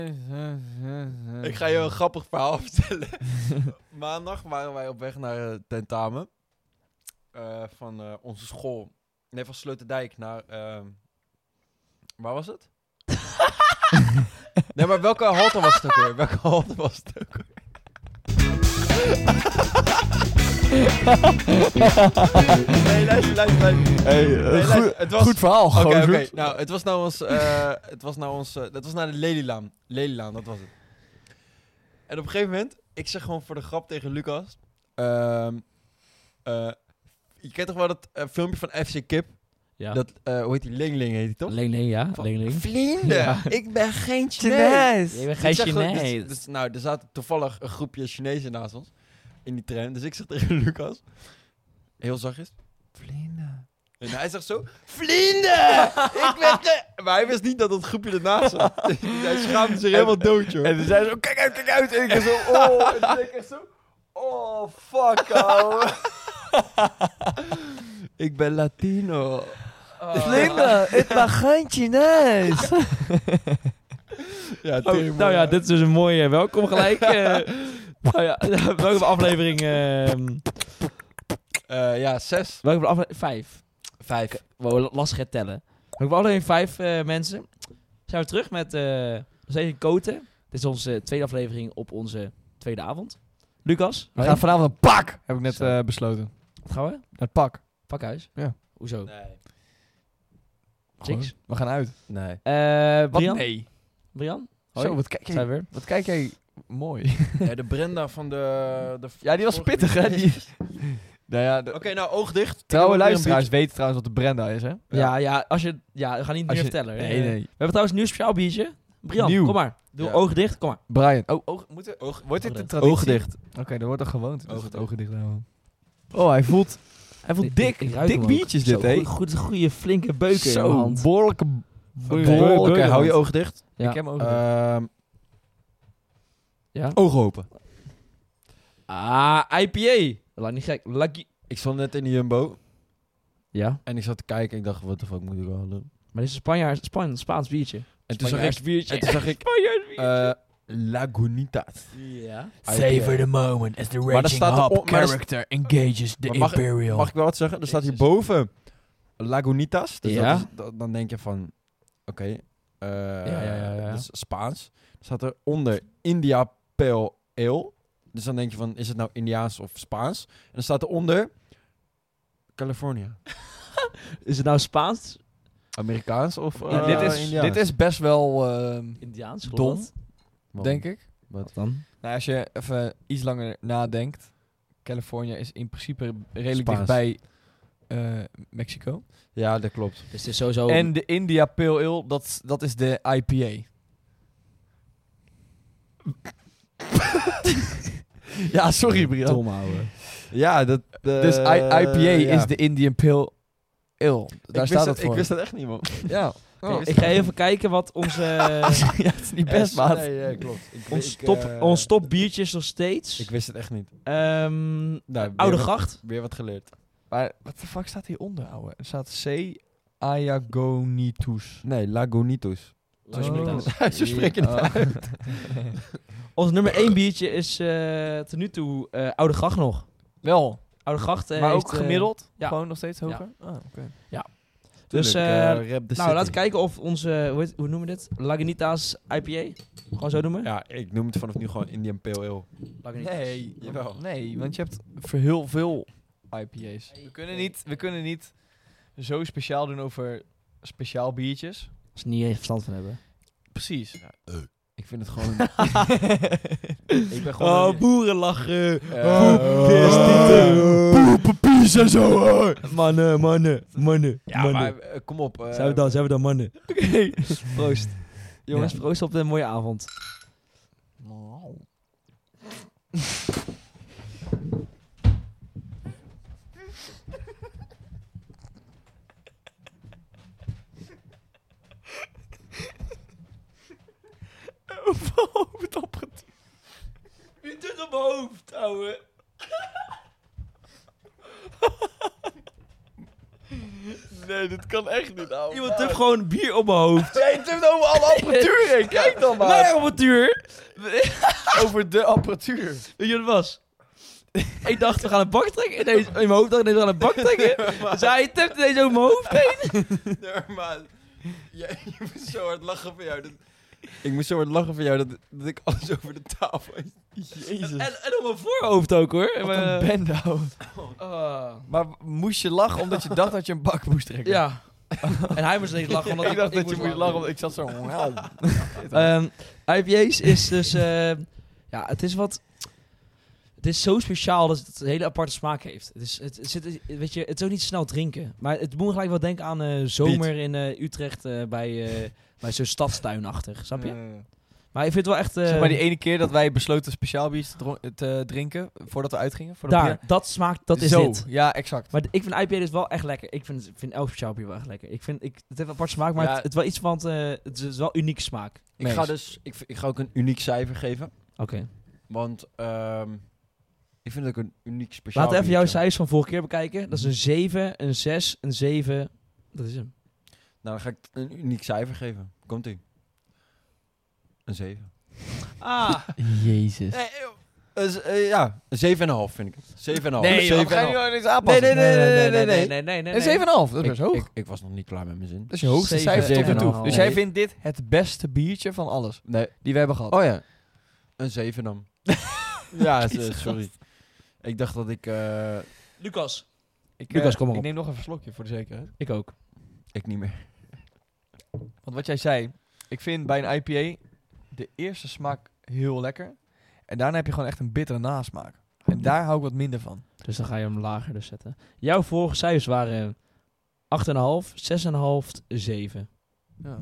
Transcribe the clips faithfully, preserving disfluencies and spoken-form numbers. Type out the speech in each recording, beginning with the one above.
Ik ga je een grappig verhaal vertellen. Maandag waren wij op weg naar uh, tentamen. Uh, van uh, onze school. Nee, van Sloterdijk naar... Uh, waar was het? Nee, maar welke halte was het ook weer? Welke halte was het ook weer? Nee, luister, luister, luister. Hey, uh, Nee, goed, luister, het was... goed verhaal, Oké, gozer. oké. Nou, het was nou ons... Uh, het was nou ons... Uh, dat was naar de Lelylaan. Lelylaan, dat was het. En op een gegeven moment... Ik zeg gewoon voor de grap tegen Lucas... Um, uh, je kent toch wel dat uh, filmpje van F C Kip? Ja. Dat, uh, hoe heet die? Ling Ling heet die toch? Ling Ling, ja. Van, Ling Ling. Vrienden, Ja. ik ben geen Chinees. Je bent Dus geen ik zeg gewoon- Chinees. Dus, dus, nou, er zaten toevallig een groepje Chinezen naast ons. In die trein. Dus ik zeg tegen Lucas... Heel zachtjes... Vrienden. En hij zegt zo... Vrienden! Ik ben ge... Maar hij wist niet dat dat groepje ernaast zat. Hij schaamde zich helemaal dood, joh. En toen zei ze zo, kijk uit, kijk uit. En ik En zo, zo, oh, en toen deed ik echt zo... Oh, fuck, ouwe. Ik ben Latino. Linda, ik ben geen Chinees. Ja, Oh, tering, nou ja, man. dit is dus een mooie welkom gelijk. Uh, nou ja, welke aflevering? Uh, Uh, ja, zes. welke aflevering? Vijf. Vijf. Wow, lastig het tellen. Welke aflevering? Vijf uh, mensen. Zijn we terug met uh, Zee Koten. Dit is onze tweede aflevering op onze tweede avond. Lucas, We gaan vanavond een pak, heb ik net Zo. uh, besloten. wat gaan we? Het pak. Pakhuis? Ja. Hoezo? Nee. Chicks? Gewoon, we gaan uit. Nee. Uh, Wat? Brian? Nee. Brian? Hoi. Zo, wat kijk Zijn we jij, weer? wat kijk jij mooi. Ja, de Brenda van de... de Ja, die was vorige pittig, hè? week. Die... nou ja, de... Oké, nou, oog dicht. trouwe Ik heb ook weer een luisteraars weten trouwens wat de Brenda is, hè? Ja, ja, ja, als je... Ja, we gaan niet Als meer je- vertellen. Nee, Uh, nee. We hebben trouwens een nieuw speciaal biertje. Brian, Nieuw. kom maar. Doe Ja. ogen dicht, kom maar. Brian. Oh, oog, moet er, Oog- wordt dit ogen een dicht. traditie? Oog dicht. Oké, dan wordt er gewoond. Ogen Ogen, dicht. ogen dicht houden. Oh, hij voelt... Hij voelt Ik- dik. ik- ik ruik dik hem ook. biertjes dit, Zo, hè? goed, goed, goede flinke beuken in mijn Zo, hand. behoorlijke... Goeie Oké, beuken. Oké, hou je hand. ogen dicht. Ja. Ik heb mijn ogen dicht. Ehm Ja? ogen open. Ah, I P A. Lang niet gek. Lucky. Ik stond net in de Jumbo Ja, en ik zat te kijken en ik dacht, wat de fuck moet ik wel doen? maar dit is een Spanjaard, Span, Spaans biertje. En toen zag Spanjaards ik, biertje. en toen zag ik Spanjaards biertje. eh Lagunitas. ja. Savor the moment as the Maar daar raging staat er hop op- maar daar character engages the Maar mag- imperial. Mag ik wel wat zeggen? Er staat Jezus. hierboven Lagunitas. Dus Ja. dat is, dat- dan denk je van, oké, eh, ja, ja, ja. dat is Spaans. Er staat er onder India Pale Ale. Dus dan denk je van, is het nou Indiaans of Spaans? En dan staat er onder California. Is het nou Spaans? Amerikaans of Ja, eh, dit, is, Indiaans? dit is best wel, ehm, Indiaans? Dom. Dom. Waarom? denk ik. Wat dan? Nou, als je even iets langer nadenkt. California is in principe redelijk Spaans. dichtbij eh, Mexico. Ja, dat klopt. Dus het is sowieso... En de India Pale Ale, dat, dat is de I P A. ja, sorry Brian. Dom, ouwe. Ja, dat... eh, Dus I- I P A ja. is de Indian Pale Ale. Daar ik staat wist het Ik voor. wist dat echt niet, man. Ja. Oké, Oh. ik ga even kijken wat onze... ja, het is niet best, maat. Nee, ja, klopt. Ik, ons, ik, top, eh, ons top biertje is nog steeds... Ik wist het echt niet. Ehm, Nou, weer Oude wat- Gracht. Weer wat geleerd. Maar wat de fuck staat hieronder, ouwe? Er staat C. Ayagonitus. Nee, Lagunitas. Zo spreekt Oh. dat. Zo spreek je het Oh. uit. Ons nummer één biertje is uh, tot nu toe uh, Oude Gracht nog. Wel, Oude Gracht uh, maar heeft, ook uh, gemiddeld? ja. Gewoon nog steeds hoger? Ah, oké. Dus, Tuurlijk, uh, eh, rap the nou, city. laten we kijken of onze, hoe, heet, hoe noemen we dit? Lagunitas I P A? Gewoon zo noemen? Ja, ik noem het vanaf nu gewoon Indian Pale Ale. Lagunitas. Nee, Jawel. nee, want je hebt voor heel veel I P A's. We kunnen niet, we kunnen niet zo speciaal doen over speciaal biertjes. Als ze niet even verstand van hebben. Precies. Ik vind het gewoon... ik ben gewoon... Oh, boeren lachen. Eh, Papiers en zo hoor. Mannen, mannen, mannen, Ja, maar eh, kom op. eh, Zijn we dan, zijn we dan mannen? Oké. Proost. Jongens, Ja. proost op een mooie avond. Hoofd opgetrokken. Wie doet op mijn hoofd, ouwe? Nee, dit kan echt niet, ouwe. Iemand heeft gewoon bier op mijn hoofd. Jij hebt het over alle apparatuur heen. Kijk dan maar. Mijn apparatuur. Over de apparatuur. Weet je wat het was? Ik dacht, we gaan een bak trekken. Ineens, in mijn hoofd dacht ik, nee, we gaan een bak trekken. Dus hij tipt ineens over mijn hoofd heen. Nee, maar... Jij, je moest zo hard lachen van jou. Dat, ik moest zo hard lachen van jou dat, dat ik alles over de tafel... Jezus. En, en op mijn voorhoofd ook, hoor. En Wat mijn- een bende, ouwe. Ah. Maar moest je lachen omdat je dacht dat je een bak moest trekken? Ja. En hij moest ineens lachen. Omdat ik dacht dat je moest moest lachen omdat ik zat zo... Ehm I P A's is dus... eh, ja, het is wat... Het is zo speciaal dat het een hele aparte smaak heeft. Het is, het, het zit, weet je, het is ook niet snel drinken. Maar het moet me gelijk wel denken aan eh, zomer in eh, Utrecht eh, bij, eh, bij zo'n stadstuinachtig. Snap je? Maar ik vind het wel echt... eh, Zeg maar die ene keer dat wij besloten speciaal biertje te, dro- te drinken, voordat we uitgingen. Voordat daar, we- dat smaakt, dat is Zo, dit. ja, exact. Maar d- ik vind I P A dus wel echt lekker. Ik vind, ik vind elk speciaal bier wel echt lekker. Ik vind, ik, het heeft een apart smaak, maar Ja. het, het wel iets van... eh, het is wel unieke smaak. Ik Nee, ga is- dus... Ik, ik ga ook een uniek cijfer geven. Oké. Want... ehm ik vind het ook een uniek speciaal Laten we even jouw biertje. cijfers van vorige keer bekijken. Dat is een zeven, een zes, een zeven. Dat is hem. Nou, dan ga ik een uniek cijfer geven. Komt-ie. Een zeven. Ah. Jezus. Nee, joh. Eh, z- eh, ja, een zeven en een half vind ik het. zeven en een half. Nee, joh, zeven Ga en je een half. nu eens aanpassen? Nee, nee, nee, nee, nee, nee. nee, nee, nee. Een zeven komma vijf, dat is Ik, best hoog. ik, ik was nog niet klaar met mijn zin. Dat is je hoogste Zeven- cijfer tot nu zeven en een toe. half. Dus Nee. jij vindt dit het beste biertje van alles Nee. die we hebben gehad? Oh ja. Een zeven dan. Ja, s- eh, sorry. Ik dacht dat ik... eh, Lucas. ik, Lucas, eh, kom maar ik op. neem nog even een slokje voor de zekerheid. Ik ook. ik niet meer. Want wat jij zei, ik vind bij een I P A de eerste smaak heel lekker. En daarna heb je gewoon echt een bittere nasmaak. En daar hou ik wat minder van. Dus dan ga je hem lager dus zetten. Jouw vorige cijfers waren acht komma vijf, zes komma vijf, zeven. Ja.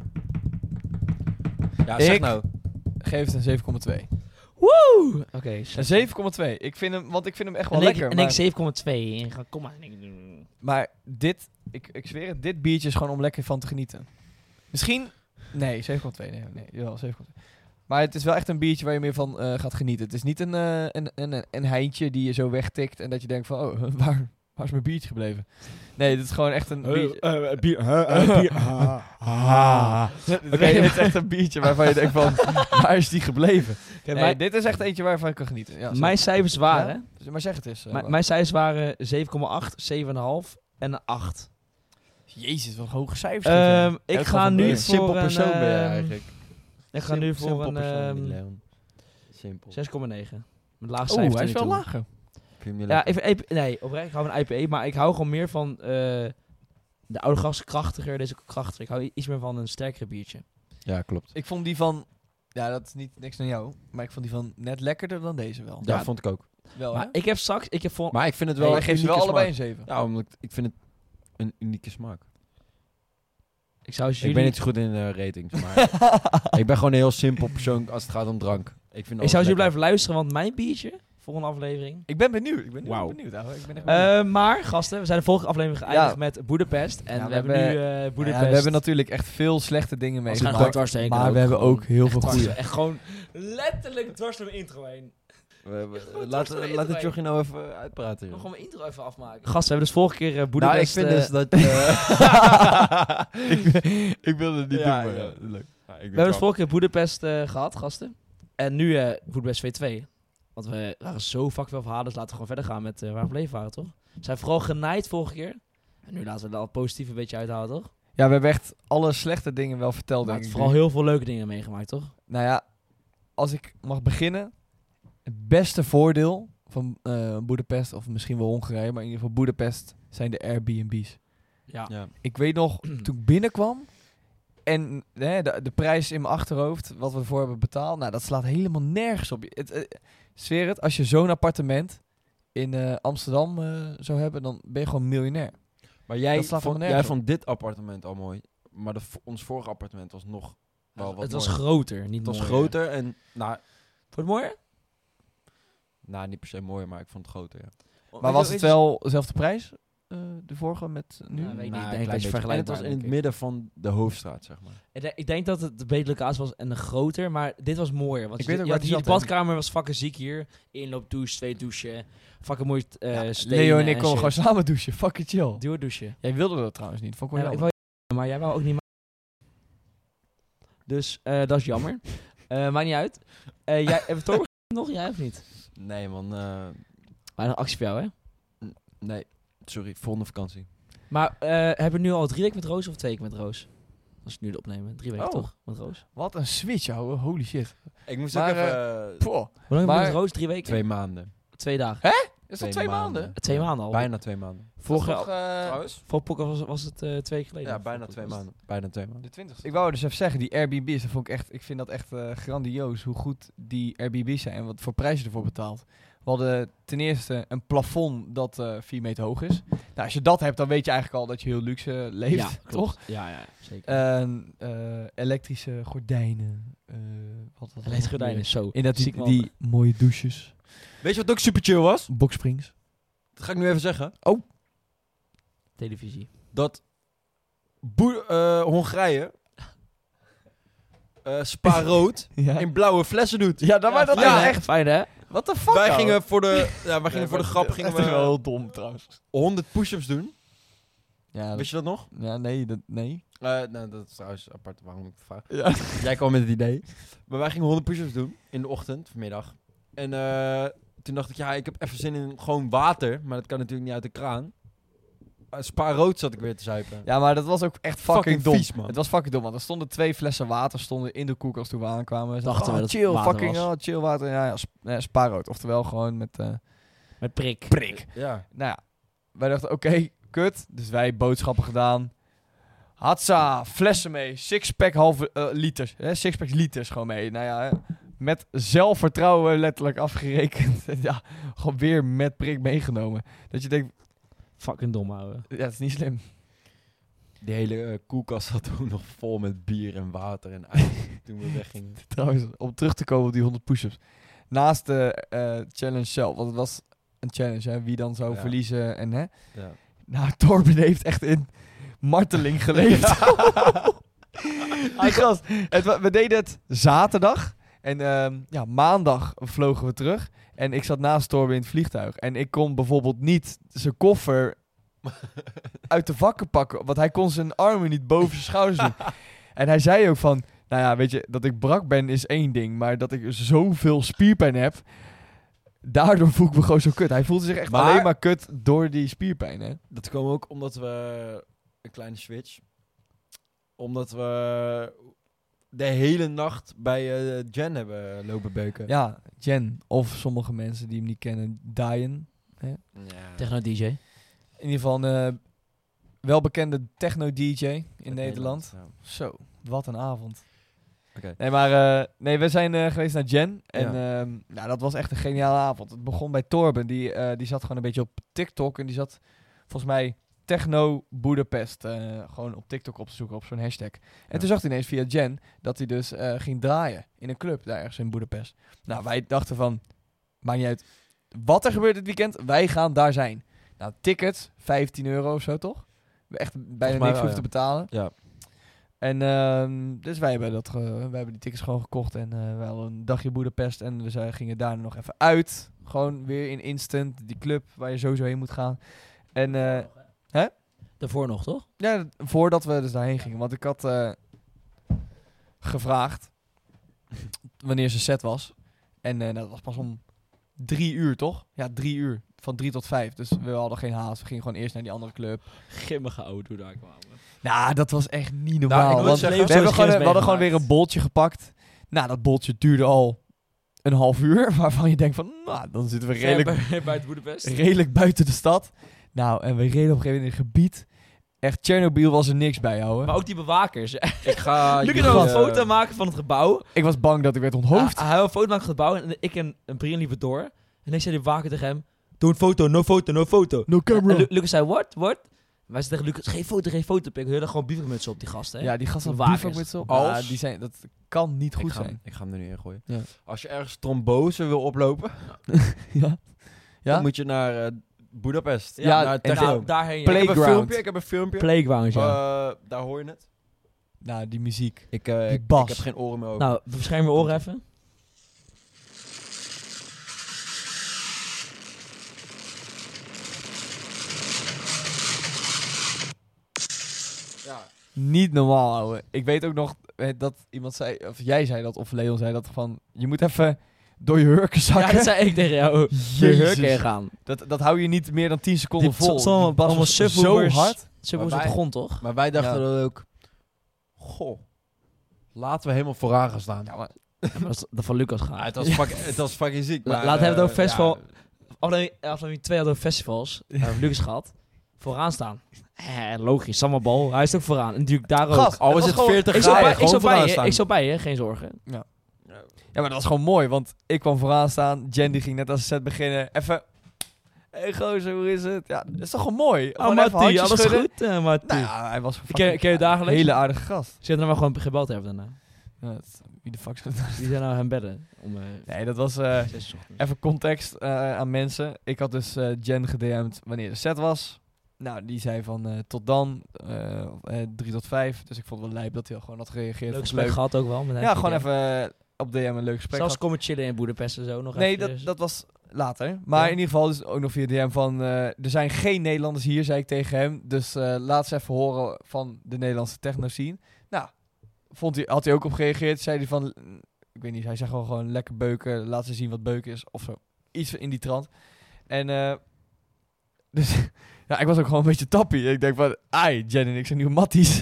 Ja, zeg Ik- nou. Geef het een zeven komma twee. Woe! Oké, Een zeven komma twee. Ik vind hem, want ik vind hem echt wel En ik, lekker. en ik maar, zeven komma twee. En ga- Kom maar. maar dit, ik, ik zweer het, dit biertje is gewoon om lekker van te genieten. Misschien, nee, zeven komma twee. Nee, nee, jawel, zeven komma twee. Maar het is wel echt een biertje waar je meer van eh, gaat genieten. Het is niet een, eh, een, een, een heintje die je zo wegtikt en dat je denkt van, oh, waar, waar is mijn biertje gebleven? Nee, dit is gewoon echt een biertje. bier. Oké, dit is echt een biertje waarvan je denkt van, waar is die gebleven? Nee, mijn, dit is echt eentje waarvan ik kan genieten. Ja, mijn cijfers waren... ja? Maar zeg het eens. eh, Mijn, Wout. mijn cijfers waren zeven komma acht, zeven komma vijf en een acht. Jezus, wat hoge cijfers. Ehm, geef ik jij. ga Van nu Beur. Een simpel voor een... persoon ben je ehm, eigenlijk. Ik ga Sim- nu voor simpel een persoon, die ehm, Leon. Simpel. zes komma negen. Mijn laagste Oeh, cijfer hij is tot wel nu toe. lager. Vind je hem niet Ja, lekker? even, even, nee, oprecht, ik hou van I P A, maar ik hou gewoon meer van eh, de oude gras krachtiger, deze ook krachtiger. Ik hou i- iets meer van een sterkere biertje. Ja, klopt. Ik vond die van, ja, dat is niet niks naar jou, maar ik vond die van net lekkerder dan deze wel. Ja, Ja. vond ik ook. Wel, Maar hè? ik heb straks, ik heb voor, Maar ik vind het Wel, wel hij een geeft ze wel unieke allebei smaak. een zeven. Ja, omdat ik, ik vind het een unieke smaak. ik zou Ik ben niet zo goed in eh, ratings, maar ik ben gewoon een heel simpel persoon als het gaat om drank. Ik, vind ik zou alles jullie lekker. blijven luisteren, want mijn biertje, volgende aflevering. Ik ben benieuwd, ik ben nu Wauw. benieuwd. ouwe. Ik ben echt benieuwd. Eh, maar, gasten, we zijn de volgende aflevering geëindigd Ja. met Boedapest. En Ja, we, we hebben hebben- nu eh Ja, Boedapest. we hebben natuurlijk echt veel slechte dingen Als we gaan meegemaakt. hard dwars heen, maar kan we hebben gewoon ook heel echt veel dwars- goede. Echt gewoon letterlijk dwars door mijn intro heen. We- we- Gewoon Laat, dwars door laat de het jochie nou even uitpraten. Ik joh. ga gewoon mijn intro even afmaken. Gasten, we hebben dus vorige keer uh, Boedapest... Nou, ik vind eh, dus dat... eh, ik, ik wilde het niet Ja, doen, maar ja. ja, leuk. Ja, ik we hebben dus vorige keer Boedapest eh, gehad, gasten. En nu eh Boedapest V twee. Want we waren zo fucking veel verhalen, dus laten we gewoon verder gaan met uh, waar we gebleven waren, toch? We zijn vooral genaaid vorige keer. En nu laten we er al positief een beetje uithalen, toch? Ja, we hebben echt alle slechte dingen wel verteld, Maar denk het ik. vooral heel veel leuke dingen meegemaakt, toch? Nou ja, als ik mag beginnen. Het beste voordeel van eh Boedapest, of misschien wel Hongarije, maar in ieder geval Boedapest, zijn de Airbnb's. Ja. Ja. Ik weet nog, toen ik binnenkwam en hè, de, de prijs in mijn achterhoofd, wat we ervoor hebben betaald, nou, dat slaat helemaal nergens op. Het, eh, zweer het, als je zo'n appartement in eh, Amsterdam eh, zou hebben, dan ben je gewoon miljonair. Maar jij, Dat slaat vond, helemaal jij nergens vond dit appartement al mooi. Maar de, v- ons vorige appartement was nog wel wat het was mooier. groter, niet Het was mooier. groter en... Nou, Vond je het mooier? nou, niet per se mooier, maar ik vond het groter, ja. Maar was het wel dezelfde prijs? Uh, de vorige met nu? Ja, weet ik Nou, niet. een Ik denk klein dat je beetje. En het was vergelijkbaar, in het denk ik. midden van de hoofdstraat, zeg maar. Ik denk- Ik denk dat het de betere locatie was en groter, maar dit was mooier. Want Ik je, weet ook je waar had die hier, de zat, badkamer was fucking ziek hier. Inloopdouche, twee douchen. Fucking mooi uh, Ja, stenen Leo en ik shit. konden gewoon samen douchen. Fucking chill. Duurdouchen. Jij wilde dat trouwens niet. Vond ik wel Ja, ik jammer. wou, maar jij wou ook niet. Dus uh, dat is jammer. uh, maakt niet uit. Uh, jij, hebben we Torben nog? Jij of niet? Nee, man. Uh, Maar een actie voor jou, hè? nee, sorry. Volgende vakantie. Maar uh, hebben we nu al drie weken met Roos of twee weken met Roos? Als we nu het opnemen. Drie weken Oh. toch? Met Roos. Wat een switch, ouwe. Holy shit. Ik moest Maar, ook even... uh, Poh. Hoe lang hebben we Maar- met Roos? Drie weken? twee maanden. Twee dagen. Is Twee dat twee maanden? maanden. Twee Ja, maanden al. Bijna twee maanden. Vorige, Dat is toch, eh, Trouwens? voor podcast was, was het uh, twee weken geleden. Ja, bijna Voor twee podcast. maanden. Bijna twee maanden. De twintigste. Ik wou dus even zeggen, die Airbnb's, dat vond ik echt, ik vind dat echt uh, grandioos hoe goed die Airbnb's zijn en wat voor prijs je ervoor betaalt. We hadden ten eerste een plafond dat uh, vier meter hoog is. Nou, als je dat hebt, dan weet je eigenlijk al dat je heel luxe leeft, Ja, toch? klopt. Ja, ja, zeker. En uh, elektrische gordijnen. Uh, wat was Elektrische gordijnen, zo. In dat die, Ziek man. die mooie douches. Weet je wat ook super chill was? Boxsprings. Dat ga ik nu even zeggen. Televisie. Dat Boe- uh, Hongarije uh, Spa rood Ja. in blauwe flessen doet. Ja, dan maar dat ja, is echt. echt... Fijn, hè? Wat de fuck, Wij ouwe? gingen voor de, ja, wij gingen Nee, voor de maar grap dat gingen is wel we heel dom trouwens. honderd push-ups doen. Ja, Wist je dat nog? ja nee, dat, nee. Uh, nou, dat is trouwens apart waarom ik het vraag. Ja. Jij kwam met het idee. Maar wij gingen honderd push-ups doen in de ochtend, vanmiddag. En uh, toen dacht ik, ja, ik heb even zin in gewoon water. Maar dat kan natuurlijk niet uit de kraan. Uh, Spa rood zat ik weer te zuipen. Ja, maar dat was ook echt fucking, Fucking dom. vies, man. Het was fucking dom, want er stonden twee flessen water stonden in de koelkast toen we aankwamen. We Dachten oh, we dat het chill, water fucking was. oh, chill water. Ja, ja, sp ja spaarrood. Oftewel gewoon met uh, Met prik. prik. Ja. Nou ja, wij dachten, oké, okay, kut. Dus wij boodschappen gedaan. Hatsa, flessen mee. Sixpack halve uh, liters. Hè? Sixpack liters gewoon mee. Nou ja, hè, met zelfvertrouwen letterlijk afgerekend. Ja, gewoon weer met prik meegenomen. Dat je denkt, Fucking dom, ouwe. ja, het is niet slim. Die hele uh, koelkast zat ook nog vol met bier en water en ijs toen we weggingen. Trouwens, om terug te komen op die honderd push-ups. Naast de uh, challenge zelf, want het was een challenge, hè, wie dan zou Ja. verliezen en hè. Ja. Nou, Torben heeft echt in marteling geleefd. Die gast. Het, wa- we deden het zaterdag. En ehm, ja, maandag vlogen we terug. En ik zat naast Torben in het vliegtuig. En ik kon bijvoorbeeld niet zijn koffer uit de vakken pakken. Want hij kon zijn armen niet boven zijn schouders doen. En hij zei ook van... Nou ja, weet je, dat ik brak ben is één ding. Maar dat ik zoveel spierpijn heb... Daardoor voel ik me gewoon zo kut. Hij voelde zich echt Maar- alleen maar kut door die spierpijn, hè. Dat kwam ook omdat we... Een kleine switch. Omdat we de hele nacht bij uh, Jen hebben lopen beuken. Ja, Jen. Of sommige mensen die hem niet kennen, Diane. Ja. Techno-D J. In ieder geval een uh, welbekende techno-D J in Uit Nederland. Ja. Zo, wat een avond. Oké. Nee, maar uh, nee, we zijn uh, geweest naar Jen. En Ja. um, nou, dat was echt een geniale avond. Het begon bij Torben. Die, uh, die zat gewoon een beetje op TikTok. En die zat volgens mij Techno Budapest. Uh, gewoon op TikTok op te zoeken op zo'n hashtag. En Ja. toen zag hij ineens via Jen dat hij dus uh, ging draaien in een club daar ergens in Budapest. Nou, wij dachten van, maakt niet uit wat er gebeurt dit weekend. Wij gaan daar zijn. Nou, tickets, vijftien euro of zo, toch? We echt bijna mij niks wel, hoeven te ja. betalen. Ja. En uh, dus wij hebben, dat ge- wij hebben die tickets gewoon gekocht en uh, wel een dagje Budapest. En we zijn, gingen daar nog even uit. Gewoon weer in Instant, die club waar je sowieso heen moet gaan. En uh, hè? Daarvoor nog, toch? Ja, voordat we dus daarheen gingen. Want ik had uh, gevraagd wanneer zijn set was. En uh, nou, dat was pas om drie uur, toch? Ja, drie uur. Van drie tot vijf. Dus we hadden geen haast. We gingen gewoon eerst naar die andere club. Gimmige oude hoe daar kwamen. Nou, dat was echt niet normaal. Nou, ik moet want zeggen, we, hebben zo'n gewoon, we skills hadden gewoon weer meegemaakt. een boltje gepakt. Nou, dat boltje duurde al een half uur. Waarvan je denkt van, nou, dan zitten we redelijk, Bij, buiten Budapest. redelijk buiten de stad. Nou, en we reden op een gegeven moment in een gebied. Echt, Chernobyl was er niks bij, ouwe. Maar ook die bewakers. Ik ga... Luc jullie, kan nog een eh, foto maken van het gebouw. Ik was bang dat ik werd onthoofd. Ah, hij wil een foto maken van het gebouw. En ik en een Brian liepen door. En ik zei die bewaker tegen hem... Doe een foto, no foto, no foto. No camera. En Lu- Lucas zei, what, what? Wij zeiden tegen Lucas, geen foto, geen foto. We hadden gewoon bivakmutsen op die gasten. Hè? Ja, die gasten Bewakers. hadden bivak met z'n op. Als- Ja, die zijn, dat kan niet goed ik ga, zijn. Ik ga hem er nu in gooien. Ja. Als je ergens trombose wil oplopen, ja. Ja? dan moet je naar uh, Budapest. Ja, naar en techno. Nou, daarheen. Ik heb een Playground. filmpje, ik heb een filmpje. Playground, ja. Eh, daar hoor je het. Nou, die muziek. Ik, uh, Die ik, bas. ik heb geen oren meer over. Nou, bescherm je oren even. ja. Niet normaal, ouwe. Ik weet ook nog eh, dat iemand zei, of jij zei dat, of Leon zei dat van, je moet even door je hurken zakken. Ja, dat zei ik tegen jou. Je hurken gaan. Dat, dat hou je niet meer dan tien seconden Die vol. zo- Die bas allemaal was zo subwoofers. hard. Ze Maar was op de wij- grond, toch? Maar wij dachten Ja. dan ook... Goh, laten we helemaal vooraan gaan staan. Ja, maar Ja, maar dat is dat van Lucas Ja, gaan. het, was Ja. fuck, het was fucking ziek. La- maar, laten we het eh, over festival- ja, Aflevering, aflevering twee hadden we festivals. Daar hebben we Lucas gehad. Vooraan staan. Eh, logisch, Sammerbal. Hij is ook vooraan. En natuurlijk daar ook. Gast, al was dat het gewoon- veertig ik zou graden, bij, ik gewoon zou bij vooraan je, staan. ik zou bij je, geen zorgen. Ja, maar dat was gewoon mooi, want ik kwam vooraan staan. Jen die ging net als de set beginnen. Even, hé hey, gozer, hoe is het? Ja, dat is toch gewoon mooi? Oh, Gewoon even Mattie, handjes alles schudden. goed, uh, Mattie? Nou ja, hij was ken, fucking- ken je dagelijks? hele aardige gast. Ze hebben maar gewoon gebeld hebben daarna. Ja, dat- wie de fuck is dat? Die zijn nou gaan bedden. Om uh, Nee, dat was eh, zes uur ochtends. even context eh, aan mensen. Ik had dus eh, Jen ged'd wanneer de set was. Nou, die zei van eh, tot dan, eh, eh, drie tot vijf. Dus ik vond het wel lijp dat hij al gewoon had gereageerd. Leuk Vond gesprek leuk. gehad ook wel. Met hem. Ja, gewoon even eh, op D M een leuk gesprek Zelfs gehad. komen chillen in Boedapest en zo nog Nee, even. dat, dat was later. Maar Ja. in ieder geval dus ook nog via D M van... eh, er zijn geen Nederlanders hier, zei ik tegen hem. Dus eh, laat ze even horen van de Nederlandse techno scene. Nou, vond hij, had hij ook op gereageerd. Zei hij van... mm, Ik weet niet, hij zegt gewoon, gewoon lekker beuken. Laat ze zien wat beuken is. Of zo. Iets in die trant. En... eh dus ja, ik was ook gewoon een beetje tappie. Ik denk van... Ai, Jen en ik zijn nu matties.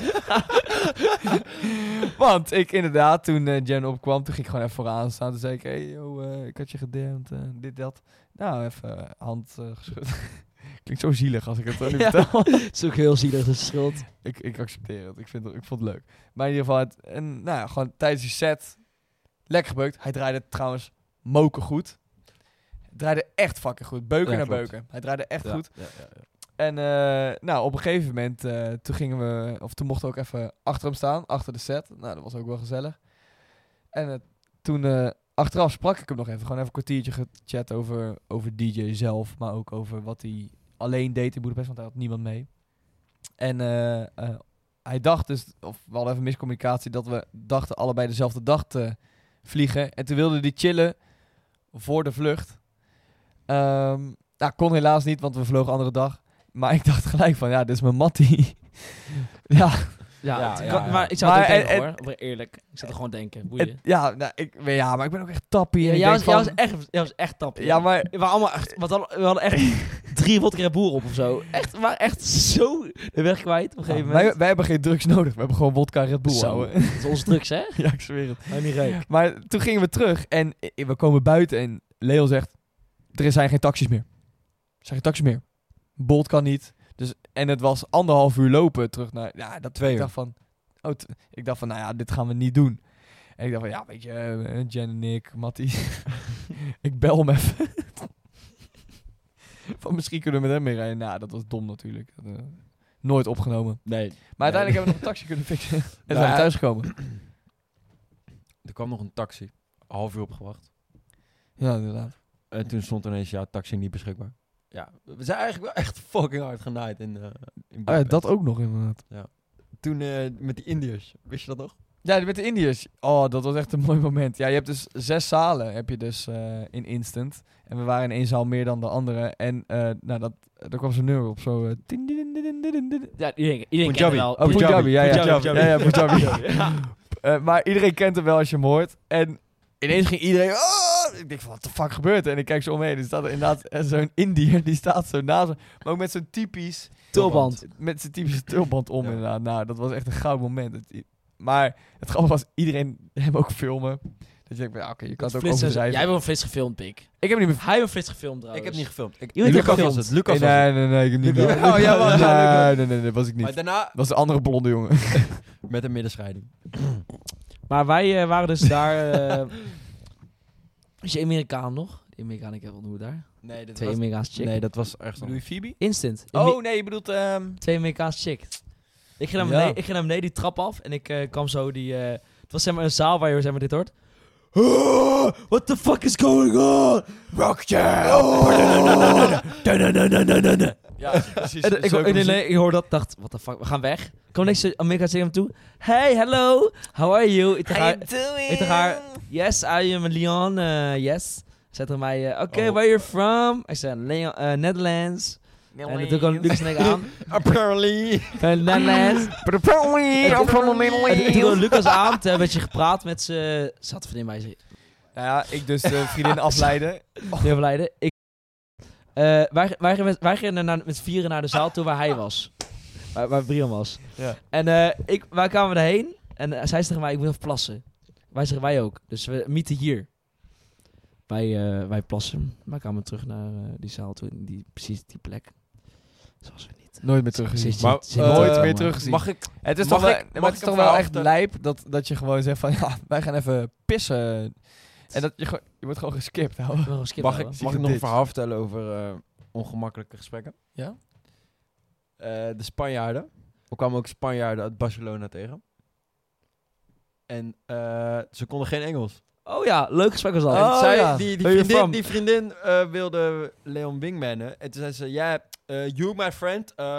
Want ik inderdaad, toen eh, Jen opkwam, toen ging ik gewoon even vooraan staan. Toen zei ik, hey, yo, eh, ik had je gedempt, eh, dit, dat. Nou, even uh, hand uh, geschud. Klinkt zo zielig als ik het uh, nu Ja. vertel. Het is ook heel zielig, dat is schuld. ik, ik accepteer het. Ik, vind het. ik vond het leuk. Maar in ieder geval, het, en, nou ja, gewoon tijdens die set, lekker gebeukt. Hij draaide trouwens moken goed. Hij draaide echt fucking goed. Beuken Ja, naar klopt. beuken. Hij draaide echt Ja, goed. ja, ja, ja. En uh, nou, op een gegeven moment, uh, toen gingen we, of toen mochten we ook even achter hem staan, achter de set. Nou, dat was ook wel gezellig. En uh, toen, uh, achteraf sprak ik hem nog even, gewoon even een kwartiertje gechat over, over D J zelf, maar ook over wat hij alleen deed in Boedapest, want hij had niemand mee. En uh, uh, hij dacht dus, of we hadden even miscommunicatie, dat we dachten allebei dezelfde dag te vliegen. En toen wilde hij chillen voor de vlucht. Um, nou, kon helaas niet, want we vlogen een andere dag. Maar ik dacht gelijk van, ja, dit is mijn mattie. ja. Ja, Ja, het ja, kan- ja. maar ik zou Maar het ook denken en- hoor, Oprecht eerlijk. Ik zat er gewoon denken, boeien. Het, ja, nou, ik, ja, maar ik ben ook echt tappie. Ja, en ik jij, denk was, jij, van- was echt, jij was echt tappie. Ja, maar... We, waren allemaal echt, we, hadden, we hadden echt drie vodka Red Bull op of zo. Echt, we waren echt zo de weg kwijt op een gegeven Ja, moment. wij, wij hebben geen drugs nodig. We hebben gewoon vodka Red Bull, Zo. ouwe. Dat is onze drugs, hè? Ja, ik zweer het. Nou, niet reuk. Maar toen gingen we terug en i- we komen buiten en Leon zegt... Er zijn geen taxis meer. Er zijn geen taxis meer. Bolt kan niet. Dus, en het was anderhalf uur lopen terug naar... Ja, dat Twee ik uur. dacht van... Oh, t- ik dacht van, nou ja, dit gaan we niet doen. En ik dacht van, ja, weet je, eh, Jen en ik, Mattie... ik bel hem even. van, misschien kunnen we met hem mee rijden. Nou, dat was dom natuurlijk. Dat, eh, nooit opgenomen. Nee. Maar uiteindelijk hebben we nog een taxi kunnen fixen. en Ja. zijn we thuisgekomen. Er kwam nog een taxi. Een half uur opgewacht. Ja, inderdaad. En toen stond ineens, ja, taxi niet beschikbaar. Ja, we zijn eigenlijk wel echt fucking hard genaaid in, uh, in Oh ja, Budapest. dat ook nog inderdaad. Toen uh, met die Indiërs, wist je dat nog? Ja, met de Indiërs. Oh, dat was echt een mooi moment. Ja, je hebt dus zes zalen heb je dus uh, in Instant. En we waren in één zaal meer dan de andere. En uh, nou, dat, daar kwam zo'n nummer op. Zo... Uh, din, din, din, din, din, din. Ja, iedereen, iedereen kent Punjabi. hem wel. Oh, Punjabi. Ja, ja. Punjabi. Ja, ja, Punjabi. Ja. Uh, maar iedereen kent hem wel als je hem hoort. En ineens ging iedereen... Oh! Ik denk van, wat de fuck gebeurt er? En ik kijk zo omheen. Er staat er inderdaad uh, zo'n Indiër. Die staat zo naast me. Maar ook met zo'n typisch... Tulband. Met zijn typische tulband om Ja. inderdaad. Nou, dat was echt een goud moment. Het, maar het grappige was, iedereen hem ook filmen. Dat je denkt, ja, oké, je kan het ook Flits en zo. overdrijven. Jij hebt wel een flits gefilmd, Pik. Ik heb hem niet meer... Hij heeft een flits gefilmd trouwens. Ik heb niet gefilmd. Ik, Jullie hebben Lucas was gefilmd. het. Lucas was nee, het. nee, nee, ik heb niet Lucas- gedaan. Oh, jij was- ja, Nee, nee, nee, dat was ik niet. Maar daarna Dat was de andere blonde jongen. met een middenscheiding. Maar wij eh, waren dus daar... eh is je Amerikaan nog? Die Amerikaan ik heb ontmoet daar. Nee, dit Twee was, Amerikaanse chick. nee, dat was ergens Bedoel je Phoebe? Instant. Oh, nee, je bedoelt... ehm Twee Amerikaanse chick. Ik ging naar Ja. beneden, ik ging naar beneden die trap af en ik eh, kwam zo die... eh, het was zeg maar een zaal waar je zeg maar dit hoort. Oh, what the fuck is going on? Rockjail! Ja, precies. En, ik, ik, nee, ik hoor dat, dacht, what the fuck, we gaan weg. Kom niks Amerika tegen hem toe. Hey, hello, how are you? Ik tegen haar, ik tegen haar, yes, I am Leon, uh, yes. Zij tegen mij, uh, oké, okay, Oh. where you from? Ik zei, Leon, uh, Netherlands. En dat doe ik ook Lucas en ik aan. Apparently. Uh, Netherlands. But apparently, I'm from the Middle En East. toen doe ik Lucas aan, toen hebben we een beetje gepraat met ze. Ze had een vriendin bij zich. Nou ja, ik dus de vriendin afleiden. Heel verleiden. Ik, uh, wij, wij, wij, wij gingen naar, met vieren naar de zaal toe waar hij was. Waar, waar Brian was. Ja. En uh, ik, wij kwamen erheen. En uh, zij zei tegen mij, ik moet even plassen. Wij zeggen wij ook. Dus we meeten hier. Wij, uh, wij plassen. Wij kwamen terug naar uh, die zaal toe. Die, precies die plek. Zoals we niet. Nooit meer teruggezien. Ze- Maar, ze- ze- eh, nooit meer maar- teruggezien. Mag ik... Het is Mag toch wel, ik- maar mag het is ik toch een wel verhaal echt vertellen? lijp dat, dat je gewoon zegt van ja, wij gaan even pissen. En dat je, gewoon, je wordt gewoon geskipt, ouwe. We gaan skip Mag ik, houden. mag ik nog dit. een verhaal vertellen over uh, ongemakkelijke gesprekken? Ja? Uh, de Spanjaarden. We kwamen ook Spanjaarden uit Barcelona tegen. En uh, ze konden geen Engels. Oh ja, leuk gesprek was dat. En Oh, zij, ja. die, die Where you vriendin, from? die vriendin uh, wilde Leon wingmannen. En toen zei ze, ja, yeah, uh, you my friend. Uh,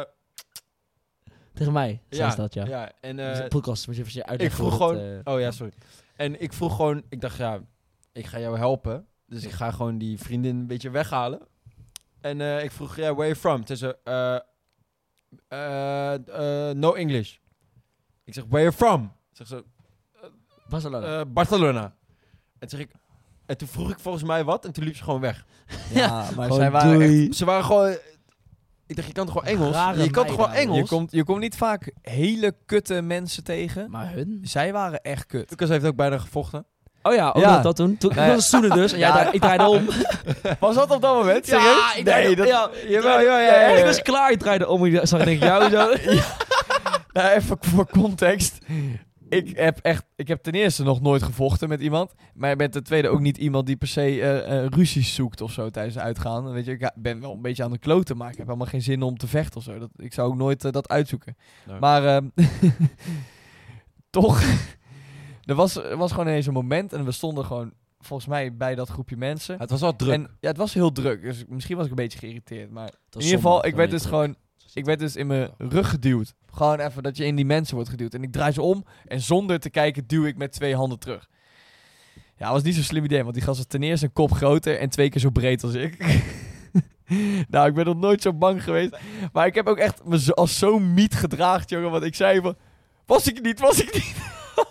Tegen mij zei ja, ze dat, ja. ja. En Dus uh, een podcast, moet je even ik uitleggen. vroeg hoe gewoon... het, uh, oh ja, sorry. En ik vroeg gewoon... Ik dacht, ja, ik ga jou helpen. Dus ik ga gewoon die vriendin een beetje weghalen. En uh, ik vroeg, ja, where you from? Toen zei ze, uh, uh, uh, no English. Ik zeg, where you from? Zeg ze, Barcelona. uh, Barcelona. En, zeg ik, en toen vroeg ik volgens mij wat en toen liep ze gewoon weg. Ja, maar Gewoon zij waren doei. echt... Ze waren gewoon... Ik dacht, je kan toch gewoon Engels? Rare Je kan toch gewoon meiden, Engels? Je komt, je komt niet vaak hele kutte mensen tegen. Maar hun? Zij waren echt kut. Lucas heeft ook bijna gevochten. Oh ja, ook Ja. dat, dat toen. toen Nee. Ik was stoelen dus. En jij Ja. draai- ik draaide om. Was dat op dat moment? Ja, Serieus? ik draaide- nee, dat... ja, Jawel, ja, ja, ja, Ik ja. was klaar. Ik draaide om. Ik zag ik jou zo. Nou, even voor context. Ik heb echt, ik heb ten eerste nog nooit gevochten met iemand. Maar ik ben ten tweede ook niet iemand die per se uh, uh, ruzies zoekt of zo tijdens het uitgaan. Weet je, ik ben wel een beetje aan de kloten, maar ik heb helemaal geen zin om te vechten of zo. Dat, ik zou ook nooit uh, dat uitzoeken. Nee. Maar uh, toch, er was, er was gewoon ineens een moment en we stonden gewoon volgens mij bij dat groepje mensen. Het was wel druk. En ja, het was heel druk, dus misschien was ik een beetje geïrriteerd. Maar in ieder geval, ik werd dus gewoon... Ik werd dus in mijn rug geduwd. Gewoon even dat je in die mensen wordt geduwd. En ik draai ze om en zonder te kijken duw ik met twee handen terug. Ja, dat was niet zo'n slim idee, want die gast was ten eerste een kop groter en twee keer zo breed als ik. Nou, ik ben nog nooit zo bang geweest. Maar ik heb ook echt me zo, als zo'n miet gedraagd, jongen. Want ik zei van, was ik niet, was ik niet.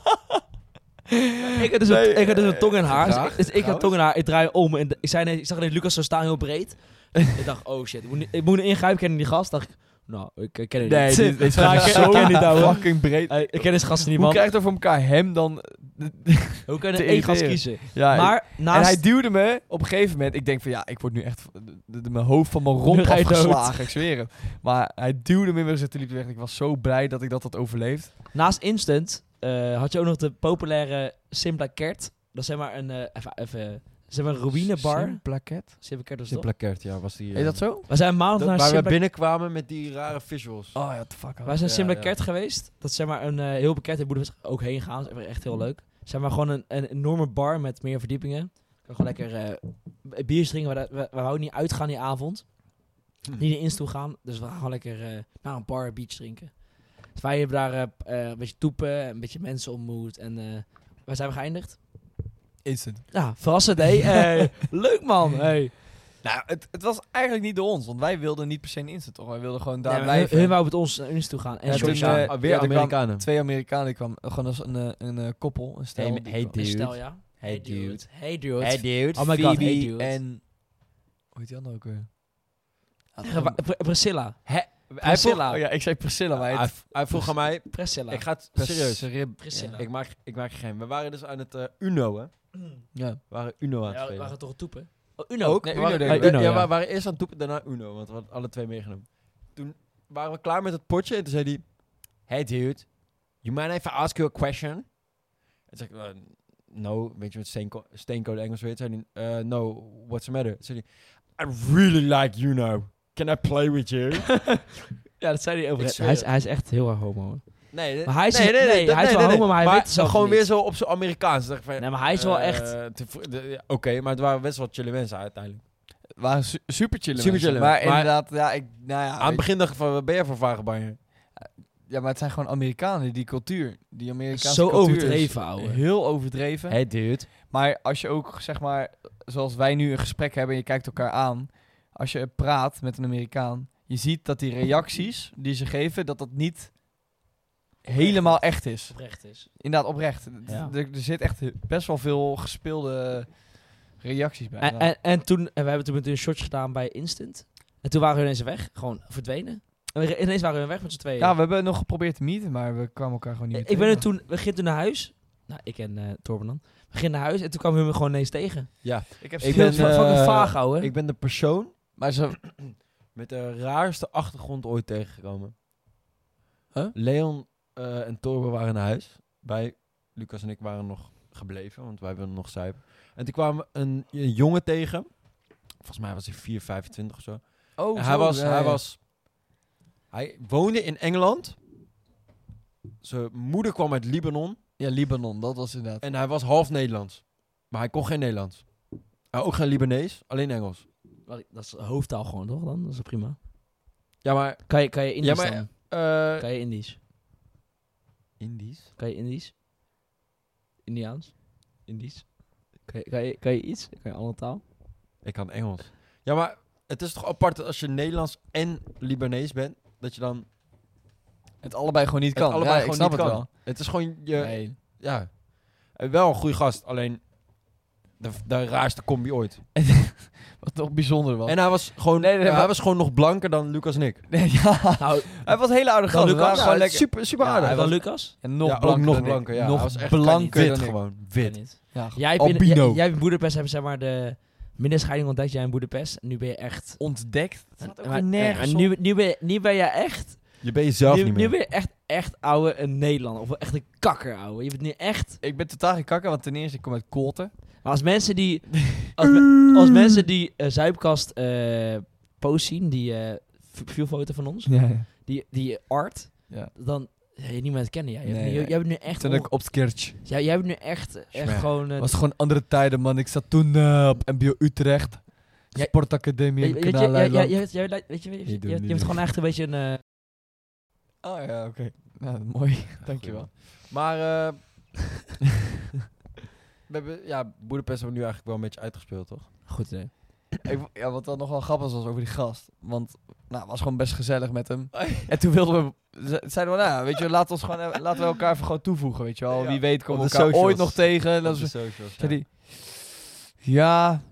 Ik had dus, Nee, een, ik had dus een tong in haar. Dus graag, ik, dus ik had tong in haar. Ik draai om. En ik, zei, nee, ik zag ineens Lucas zo staan heel breed. Ik dacht, oh shit. Ik moet, ik moet ingrijpen. Ik ken die gast. Dacht ik, nou, ik, ik ken hem Nee, niet. dit, dit Ja, gaat ik, zo ik ken die ouwe. fucking breed. Eh, ik ken deze gasten niet, Hoe man. krijgt er voor elkaar hem dan... Hoe kunnen te één gast irriteren? kiezen? Ja, Maar En naast... hij duwde me op een gegeven moment. Ik denk van ja, ik word nu echt de, de- de- mijn hoofd van mijn romp Nu ga je dood. afgeslagen. Ik zweer het. Maar hij duwde me in mijn zitten liep weg. Ik was zo blij dat ik dat had overleefd. Naast Instant uh, had je ook nog de populaire Simpla Kert. Dat is zeg maar een... Uh, even, even, zeg maar een ruïnebar. Plaket. Simpla Kert was Simpla toch? Kert, ja, was die... Is dat zo? We zijn maandag Dat- naar waar we Simpla binnenkwamen met die rare visuals. Oh ja, the fuck. Wij zijn Ja, Simpla ja. Kert geweest. Dat is zeg maar een uh, heel bekend. Ik moet er ook heen gaan. Dat is echt heel leuk. Zeg maar gewoon een, een enorme bar met meer verdiepingen. Kan gewoon lekker uh, biertjes drinken. We, we, we wouden niet uitgaan die avond. Hm. Niet in Inst toe gaan. Dus we gaan gewoon lekker uh, naar een bar biertjes drinken. Dus wij hebben daar uh, uh, een beetje toepen. Een beetje mensen ontmoet. En uh, waar zijn we geëindigd? Instant. Ja, verrassend. Hey. Hey, leuk man. Hey. Nou, het, het was eigenlijk niet door ons. Want wij wilden niet per se een instant toch. Wij wilden gewoon daar Nee, maar hun, blijven. hun wou met ons naar Inst toe gaan. En Ja, George toen, aan. eh, Ah, weer ja, er kwam Amerikanen. Twee Amerikanen kwamen. Gewoon als een, eh, een, eh, koppel. Een stel. Hey, die hey, kwam. Een dude. stel, ja. Hey, dude. Hey dude. Hey, dude. Oh my god, Phoebe hey dude. en... Hoe heet die andere ook weer? Ja, Ja, Pr- Pr- Priscilla. Hij vroeg, Priscilla. Oh ja, ik zei Priscilla, maar hij, hij hij vroeg aan mij... Priscilla. Ik ga het serieus. Priscilla. Priscilla. Ik maak, ik maak geen. We waren dus aan het uh, Uno, hè. Ja. We waren Uno aan het Ja, we spelen. waren toch een toepen? Oh, Uno. Ook? Nee, Uno we waren, denk ik. ja, Uno, ja, ja. we waren eerst aan het toepen, daarna Uno, want we hadden alle twee meegenomen. Toen waren we klaar met het potje en toen zei hij... Hey dude, you mind if I ask you a question? En toen zei ik, uh, no, weet je wat steenco- steencode Engels weet? Zei hij, uh, no, what's the matter? Toen zei hij, I really like Uno. Can I play with you? Ja, dat zei hij over. Ik Hij zweer is, het. hij is echt heel erg homo. Hoor. Nee, Maar hij is- nee, hij is wel homo, maar hij weet het zelf gewoon niet. weer zo op zijn Amerikaans. Zeg van, Nee, maar hij is wel eh, echt... te vro- de- ja, Oké, maar het waren best wel chille mensen uiteindelijk. Het waren su- super chillen Super mensen. chillen. Maar, Maar- inderdaad, ja, ik, nou ja, Aan weet het begin dacht ik van, wat ben jij voor vagebanger? ja, maar het zijn gewoon Amerikanen, die cultuur. Die Amerikaanse Zo cultuur overdreven, is ouwe. heel overdreven. Hey dude. Maar als je ook, zeg maar, zoals wij nu een gesprek hebben en je kijkt elkaar aan. Als je praat met een Amerikaan, je ziet dat die reacties die ze geven, dat dat niet helemaal echt is. Oprecht is. Inderdaad, oprecht. Ja. Er, er zit echt best wel veel gespeelde reacties bij. En, en, en toen, en we hebben toen meteen een shotje gedaan bij Instant. En toen waren we ineens weg. Gewoon verdwenen. En we, ineens waren we weg met z'n tweeën. ja, we hebben nog geprobeerd te meeten, maar we kwamen elkaar gewoon niet meer ik ben er tegen. toen, we gingen toen naar huis. Nou, ik en uh, Torben dan. We gingen naar huis en toen kwamen we hem gewoon ineens tegen. Ja, Ik heb Ik Veel ben, van, eh, fucking vaag, ouwe. ik ben de persoon maar ze, met de raarste achtergrond ooit tegengekomen. Huh? Leon eh, en Torben waren naar huis. Wij, Lucas en ik, waren nog gebleven, want wij wilden nog zuipen. En toen kwam een, een jongen tegen. Volgens mij was hij vier, vijfentwintig of zo. oh, En zo, hij was, ja, hij ja. was, hij woonde in Engeland. Zijn moeder kwam uit Libanon Ja, Libanon, dat was inderdaad. en hij was half Nederlands. Maar hij kon geen Nederlands. Hij ook geen Libanees, alleen Engels. Wacht, dat is hoofdtaal gewoon, toch? Dan? Dat is prima. Ja, maar... Kan je, kan je Indisch Ja, maar, dan? eh Kan je Indisch? Indisch? Kan je Indisch? Indiaans? Indisch? Kan je, kan je, kan je iets? Kan je andere taal? Ik kan Engels. Ja, maar het is toch apart dat als je Nederlands en Libanees bent, dat je dan Het allebei gewoon niet het kan. allebei Ja, gewoon ik snap niet het kan. wel. Het is gewoon je... Nee. Ja. Eh, Wel een goede gast, alleen de, de raarste combi ooit. Wat toch bijzonder was. En hij was gewoon, Nee, nee, hij maar- was gewoon nog blanker dan Lucas en ik. Nee, ja. Nou, Hij was een hele oude Dan gast. We Lucas? waren Ja, gewoon lekker. super, super ja, aardig. hij Hij was was Lucas? En nog ja, ook blanker nog dan ik. blanker. Ja. Nog hij was echt blanker wit dan ik. gewoon. Weet Wit. niet. Ja, Jij hebt in, Albino. jij, jij hebt in Boedapest hebben zeg maar de minderscheiding ontdekt, jij in Boedapest. En nu ben je echt... ontdekt. Dat staat ook Maar- weer nergens en op. nu, nu, ben je, nu ben je echt... Je bent jezelf Nu, niet nu meer. ben je echt, echt ouwe een Nederlander. Of echt een kakker, ouwe. Je bent nu echt... Ik ben totaal geen kakker, want ten eerste, ik kom uit Koolten. Maar als mensen die... Als, me- als mensen die uh, Zuipkast eh post zien, die uh, viewfoto van ons, Ja, ja. die, die art, Ja. dan... Ja, je niet meer kennen, jij. Je Nee, hebt nu- ja. jij bent nu echt... Toen on- ik op Skirch. jij, jij bent nu echt, echt Schmer. gewoon... eh, Het was gewoon andere tijden, man. Ik zat toen eh, op M B O Utrecht. Ja, Sportacademie in weet, weet je, Kanaal jij, jij, Eiland. jij, jij, weet je, weet je, Niet doen, je, je niet bent doen. gewoon echt een beetje een... eh, Oh ja, oké. Nou, mooi. Dankjewel. Maar eh we hebben, ja, Boedapest hebben we nu eigenlijk wel een beetje uitgespeeld, toch? goed idee. Ik, ja, wat dan nog wel grappig was over die gast. Want nou, het was gewoon best gezellig met hem. En toen wilden we, ze- zeiden we, nou ja, weet je, laten, ons gewoon, even- laten we elkaar even gewoon toevoegen, weet je wel. Ja. Wie weet komen Op we de elkaar socials. ooit nog tegen. Dat Op de is, socials, zei ja. die, ja,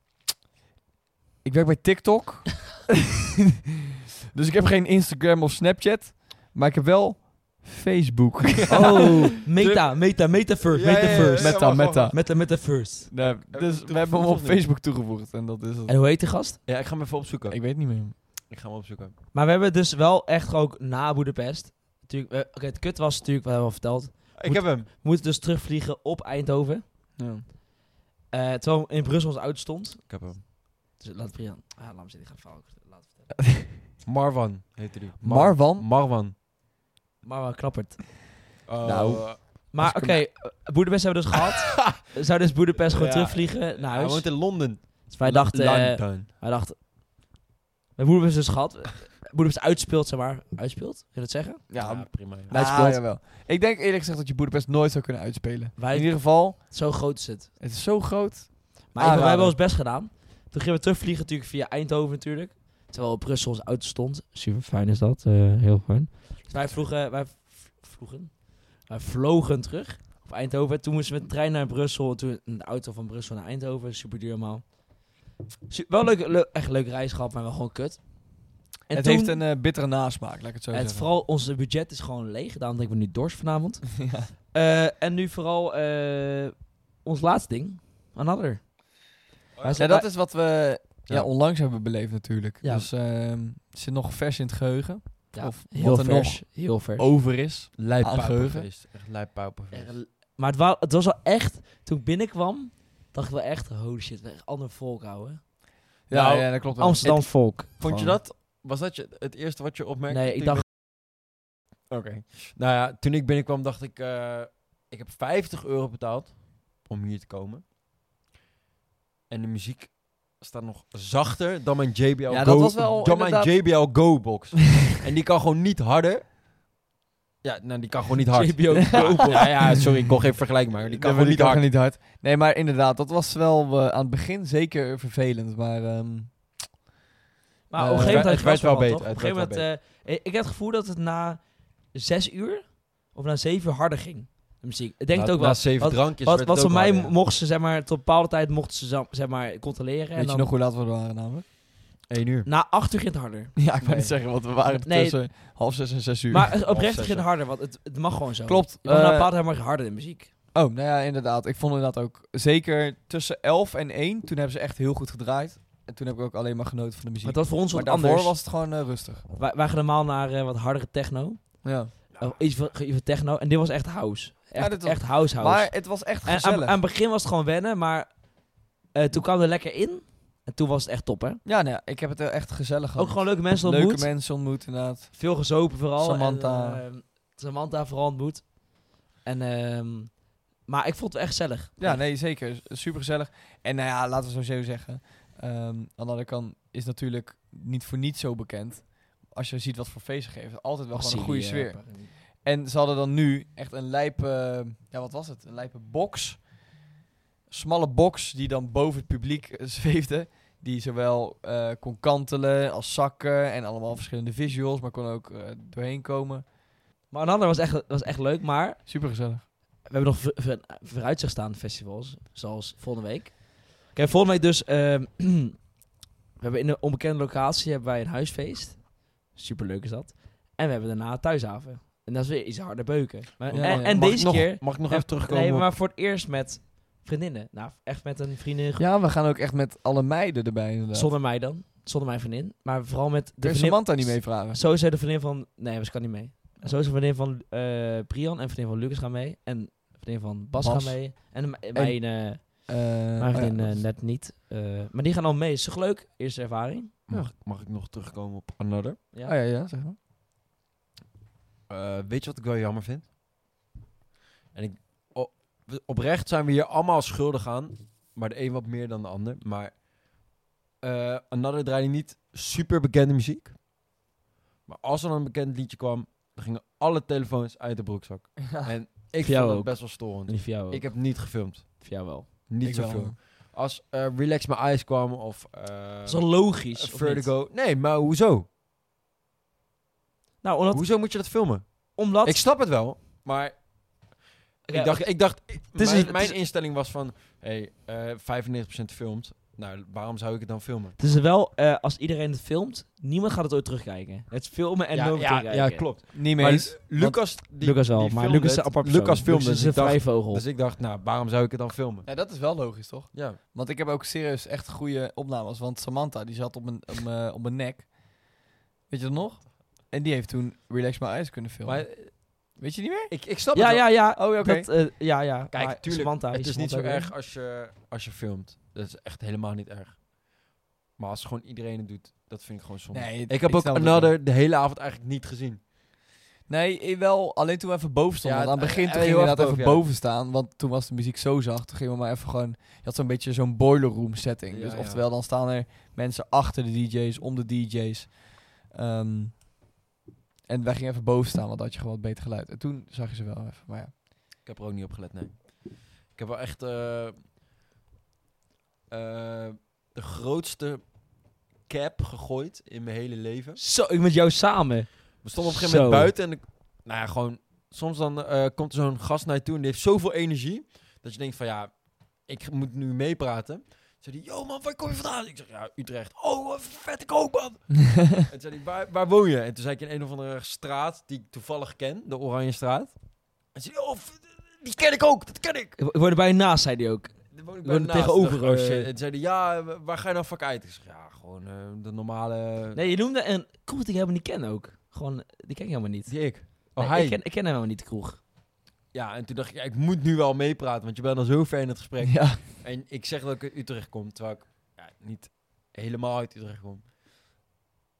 ik werk bij TikTok. Dus ik heb geen Instagram of Snapchat. Maar ik heb wel Facebook. Oh, meta, meta, metaverse, Ja, ja, ja, metaverse. ja. Meta, wacht, meta. wacht. Meta, metaverse. Nee, dus we hebben hem op Facebook toegevoegd. En dat is het. En hoe heet de gast? Ja, ik ga hem even opzoeken. Ik weet niet meer. Ik ga hem opzoeken. Maar we hebben dus wel echt ook na Boedapest. Natuurlijk, we- oké, het kut was natuurlijk, wat we hebben al verteld. Ik Moet- heb hem. We moeten dus terugvliegen op Eindhoven. Ja. Eh terwijl in Brussel ons uit stond. Ik heb hem. Dus laat Brian. Ah, laat me zitten, ik ga het verhaal ook laten vertellen. Marwan heette die. Marwan? Marwan. Maar wel klappert. Uh, Nou. Maar Als oké, ik eh, Boedapest hebben we dus gehad. Zou dus Boedapest gewoon Ja. terugvliegen naar Hij huis. woont in Londen. Dus wij dachten, eh, London. wij dachten... We hebben Boedapest dus gehad. Boedapest uitspeelt, zeg maar. Uitspeelt? Wil je dat zeggen? Ja, Ja, prima. Ja. nou, Uitspeelt. jawel. Ik denk eerlijk gezegd dat je Boedapest nooit zou kunnen uitspelen. Wij, In ieder geval, zo groot is het. het is zo groot. Maar ik, wij Aanrader. hebben ons best gedaan. Toen gingen we terugvliegen natuurlijk via Eindhoven natuurlijk. Terwijl Brussel ons auto stond. Super fijn is dat. eh, heel fijn. Dus wij vloegen... Wij v- vloegen? Wij vlogen terug op Eindhoven. Toen moesten we met de trein naar Brussel. En toen een auto van Brussel naar Eindhoven. Super duur allemaal. Su- wel leuk, leuk, echt een leuk reis gehad, maar wel gewoon kut. En het toen- heeft een eh, bittere nasmaak, laat ik het zo het zeggen. vooral onze budget is gewoon leeg. Daarom denk ik we nu dorst vanavond. ja. Eh, en nu vooral eh, ons laatste ding. Another. Wij Ja, dat is wat we ja, Ja. onlangs hebben beleefd natuurlijk. Ja. Dus ehm, het zit nog vers in het geheugen. Ja, Of heel wat er vers. Heel vers. Over is. Lijppauperfeest. Echt lijppauperfeest. Echt, maar het, wou, het was wel echt... Toen ik binnenkwam, dacht ik wel echt... Holy shit, echt ander volk, ouwe. Ja, Nou, ja, dat klopt wel. Amsterdams volk. Vond je Gewoon. dat? Was dat je, het eerste wat je opmerkte? Nee, toen ik je dacht... Oké. Nou ja, toen ik binnenkwam dacht ik... Uh, ik heb vijftig euro betaald om hier te komen. En de muziek staat nog zachter dan mijn J B L Ja, Go, dat was wel dan inderdaad- mijn J B L Go box. En die kan gewoon niet harder. Ja, nou, die kan gewoon niet hard. J B L Go box. Ja, ja, sorry, ik kon geen vergelijking maken. Die kan Nee, gewoon maar niet die hard. kan niet hard. Nee, maar inderdaad, dat was wel uh, aan het begin zeker vervelend. Maar ehm, Maar Eh, op een gegeven moment het werd wel was beter, toch? het Op een werd gegeven moment, eh, ik ik heb het gevoel dat het na zes uur of na zeven uur harder ging. De muziek. Ik denk na, het ook na wel. zeven Wat- drankjes Wat, werd wat het voor ook mij harder, ja. mochten ze, zeg maar, tot een bepaalde tijd mochten ze, za- zeg maar, controleren. en weet je dan, nog hoe laat we er waren namelijk? Eén uur. Na acht uur ging het harder. Ja, ik wou Nee. niet zeggen, want we waren Nee. tussen half zes en zes uur. Maar eh, Half oprecht zes, ging het ja. harder, want het, het mag gewoon zo. Klopt. Je mag na Eh, een bepaalde tijd mag je harder in muziek. Oh, nou ja, inderdaad. Ik vond inderdaad ook zeker tussen elf en één. Toen hebben ze echt heel goed gedraaid. En toen heb ik ook alleen maar genoten van de muziek. Maar dat was voor ons Maar wat daarvoor anders. was het gewoon eh, rustig. Wij, wij gaan normaal naar eh, wat hardere techno. Ja. Of iets van, iets van techno. En dit was echt house. Echt, Ja, dit was- echt house house. Maar het was echt En aan, gezellig. aan het begin was het gewoon wennen, maar eh, toen kwam er lekker in. En toen was het echt top, hè? ja, nou ja, ik heb het er echt gezellig gehad. Ook gewoon leuke mensen ontmoet. Leuke mensen ontmoet, inderdaad. Veel gezopen vooral. Samantha. En, eh, Samantha vooral ontmoet. En, ehm, maar ik vond het echt gezellig. Ja, nee, zeker. Super gezellig. En nou ja, laten we zo zeggen. Um, aan de andere kant is natuurlijk niet voor niets zo bekend. Als je ziet wat voor feesten geven. Altijd wel gewoon een goede sfeer. En ze hadden dan nu echt een lijpe... Ja, wat was het? Een lijpe box. Smalle box die dan boven het publiek eh, zweefde. Die zowel eh, kon kantelen als zakken. En allemaal verschillende visuals. Maar kon ook eh, doorheen komen. Maar een ander was echt, was echt leuk. Maar Super gezellig. we hebben nog ver, ver, vooruitzicht staan festivals. Zoals volgende week. Kijk, volgende week dus... ehm, we hebben in een onbekende locatie hebben wij een huisfeest. Superleuk is dat. En we hebben daarna een thuishaven. En dat is weer iets harder beuken. Maar, Ja, en ja. en Mag ik deze nog- keer... Mag ik nog en- even terugkomen? Nee, op- maar voor het eerst met vriendinnen. Nou, echt met een vriendin. Ja, we gaan ook echt met alle meiden erbij inderdaad. Zonder mij dan. Zonder mijn vriendin. Maar vooral met de Kun je vriendin... Samantha niet meevragen? Sowieso de vriendin van... Nee, ze kan niet mee. Sowieso de vriendin van eh Prian en vriendin van Lucas gaan mee. En de vriendin van Bas, Bas. gaan mee. En, m- mijn, eh Uh, mijn oh ja, vriendin dat eh, is- net niet. Eh, maar die gaan al mee. Is toch leuk? Eerste ervaring. Mag, mag ik nog terugkomen op Another? Ja. Oh ja, ja, zeg maar. Uh, weet je wat ik wel jammer vind? En ik, o- we- oprecht zijn we hier allemaal schuldig aan. Maar de een wat meer dan de ander. Maar uh, Another draaide niet super bekende muziek. Maar als er dan een bekend liedje kwam, dan gingen alle telefoons uit de broekzak. En ik Voor jou vond het ook. best wel storend. En die voor jou ook. Ik heb niet gefilmd. voor jou wel. Niet Ik zoveel. wel. Als uh, Relax My Eyes kwam of uh, Dat is wel logisch. uh, of Vertigo. Nee, maar hoezo? niet? Nou, omdat... Hoezo moet je dat filmen? omdat Ik snap het wel, maar Oké, ik dacht, oké. ik dacht ik- Het is mijn, een- het mijn is- instelling was van, hey, uh, vijfennegentig procent filmt. Nou, waarom zou ik het dan filmen? Het is wel, eh, als iedereen het filmt, niemand gaat het ooit terugkijken. Het is filmen en ja, nooit ja, terugkijken. ja, klopt. Niet meer Maar eens. Lu- Lucas, die, Lucas wel, die maar filmde Lucas is een het. apart persoon. Lucas filmde Lucas het, is een dus ik dacht- vrijvogel. Dus ik dacht, nou, waarom zou ik het dan filmen? Ja, dat is wel logisch, toch? Ja. Want ik heb ook serieus echt goede opnames. Want Samantha, die zat op mijn, op mijn, op mijn nek. Weet je dat nog? En die heeft toen Relax My Eyes kunnen filmen. Maar Weet je niet meer? ik, ik snap Ja, het wel. ja, ja. Oh, ja, oké. Dat, eh, ja, ja. Kijk, Maar tuurlijk, Samantha, het is niet zo Samantha erg als je, als je filmt. Dat is echt helemaal niet erg. Maar als gewoon iedereen het doet, dat vind ik gewoon zonde. Nee, ik heb ook snap het Another de hele avond eigenlijk niet gezien. Nee, eh, wel. Alleen toen we even boven stonden. Ja, Want aan het begin eh, toen heel gingen we erg inderdaad even boven, ja. boven staan. Want toen was de muziek zo zacht. Toen gingen we maar even gewoon... Je had zo'n beetje zo'n boiler room setting. Ja, dus ja. oftewel, dan staan er mensen achter de D J's, om de D J's. Ehm, en wij gingen even boven staan, want dan had je gewoon wat beter geluid. En toen zag je ze wel even. Maar ja. Ik heb er ook niet op gelet, nee. Ik heb wel echt eh, eh, de grootste cap gegooid in mijn hele leven. Zo, ik met jou samen. We stonden op een gegeven moment Zo. buiten en ik, nou ja, gewoon, soms dan eh, komt er zo'n gast naar je toe en die heeft zoveel energie, dat je denkt van ja, ik moet nu meepraten. Zei hij, yo man, waar kom je vandaan? Ik zeg, ja, Utrecht. Oh, wat vet, ik ook, man. En toen zei hij, waar, waar woon je? En toen zei ik in een of andere straat, die ik toevallig ken, de Oranje Straat. En zei hij, oh, f- die ken ik ook, dat ken ik. Ik word er bij naast, zei hij ook. Daar woon ik Woon er naast. tegenover, Ik dacht, oh eh. shit. En toen zei hij, ja, w- waar ga je nou vaak uit? Ik zeg, ja, gewoon eh, de normale... Nee, je noemde een kroeg die ik helemaal niet ken ook. Gewoon, die ken ik helemaal niet. Die ik. Oh, Nee, hij. Ik, ken, ik ken hem helemaal niet, de kroeg. Ja, en toen dacht ik, ja, ik moet nu wel meepraten, want je bent al zo ver in het gesprek. Ja. En ik zeg dat ik uit Utrecht kom, terwijl ik ja, niet helemaal uit Utrecht kom.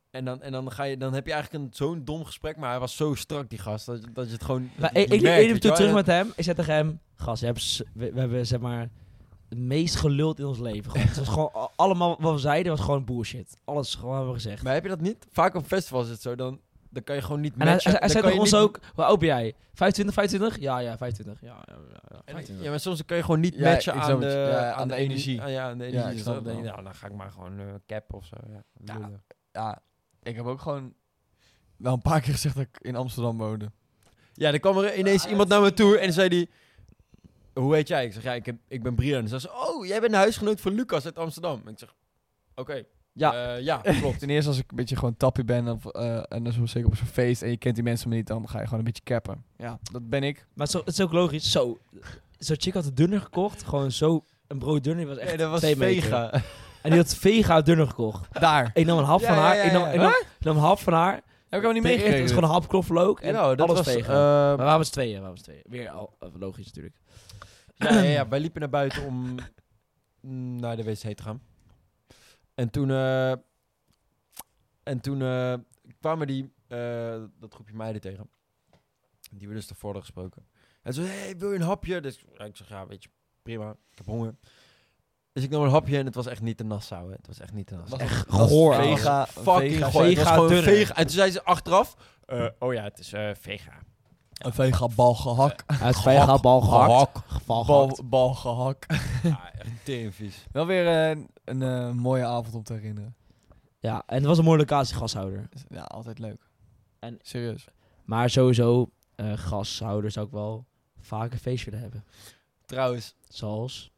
En dan, en dan, ga je, dan heb je eigenlijk een, zo'n dom gesprek, maar hij was zo strak, die gast, dat, je- dat je het gewoon... Maar dat ik je ik liep merkt, één weet uur je terug wel. met hem. Ik zei tegen hem... Gast, je hebt, s- we, we hebben zeg maar... Het meest geluld in ons leven. Gewoon, het was gewoon... a- Allemaal wat we zeiden was gewoon bullshit. Alles gewoon hebben we gezegd. Maar heb je dat niet? Vaak op festivals is het zo, dan, dan kan je gewoon niet En hij, matchen. hij, hij dan zei kan tegen je ons niet- ook... Hoe oud ben jij? vijfentwintig, vijfentwintig? Ja, ja, vijfentwintig. Ja, ja, ja, ja, En- vijfentwintig. Ja, maar soms kan je gewoon niet Ja, matchen ik aan snap de, het. Ja, aan de ener- energie. Ah, ja, aan de Ja, energie. ik Dus snap dan het denk je, wel. nou, dan ga ik maar gewoon een cap of zo. Ja, Ja. lullen. Ja, ik heb ook gewoon wel een paar keer gezegd dat ik in Amsterdam woonde. Ja, er kwam er ineens iemand naar me toe en dan zei die... Hoe heet jij? Ik zeg, ja, ik, heb, ik ben Brian. En ze zei, oh, jij bent de huisgenoot van Lucas uit Amsterdam. En ik zeg, oké. Ja. Eh, ja, klopt. Ten eerste als ik een beetje gewoon tappie ben of, eh, en dan zo zeker op zo'n feest en je kent die mensen maar niet, dan ga je gewoon een beetje cappen. Ja, dat ben ik. Maar het is, ook, het is ook logisch. Zo, zo'n chick had de dunner gekocht. Gewoon zo... Een brood dunner was echt Nee, dat was twee meter. vega. En die had vega dunner gekocht. Daar. Ik nam een hap Ja, van ja, haar. ja, Ik, nam, ja. ik, nam, ik nam een hap van haar. Heb ik helemaal niet Ten eerste, meegekregen. Het is gewoon een hap knoflook. En Ja, dat alles was... vega. eh, Maar we waren met z'n tweeën. We waren met z'n tweeën. Weer al, eh, logisch natuurlijk. Ja, ja, ja, wij liepen naar buiten om mm, naar de wc te gaan. En toen, eh, en toen eh, kwamen die, eh, dat groepje meiden tegen. Die we dus daarvoor hadden gesproken. En zo, hey, wil je een hapje? Dus ja, ik zeg, ja, weet je, prima, ik heb honger. Dus ik nam een hapje en het was echt niet te Nassau, hè. Het was echt niet te Nassau. echt goor, Vega. Fucking vega, goor. Het was vega gewoon dunner. vega. En toen zei ze achteraf, eh, oh ja, het is eh, vega. Een vega bal gehak. Uit vega bal gehakt. Gehakt. Bal, bal gehak. Ja, echt teringvies. Wel weer eh, een eh, mooie avond om te herinneren. Ja, en het was een mooie locatie, gashouder. Dus, ja, altijd leuk. En- Serieus. Maar sowieso, eh gashouder zou ik wel vaak een feest willen hebben. Trouwens, Zoals...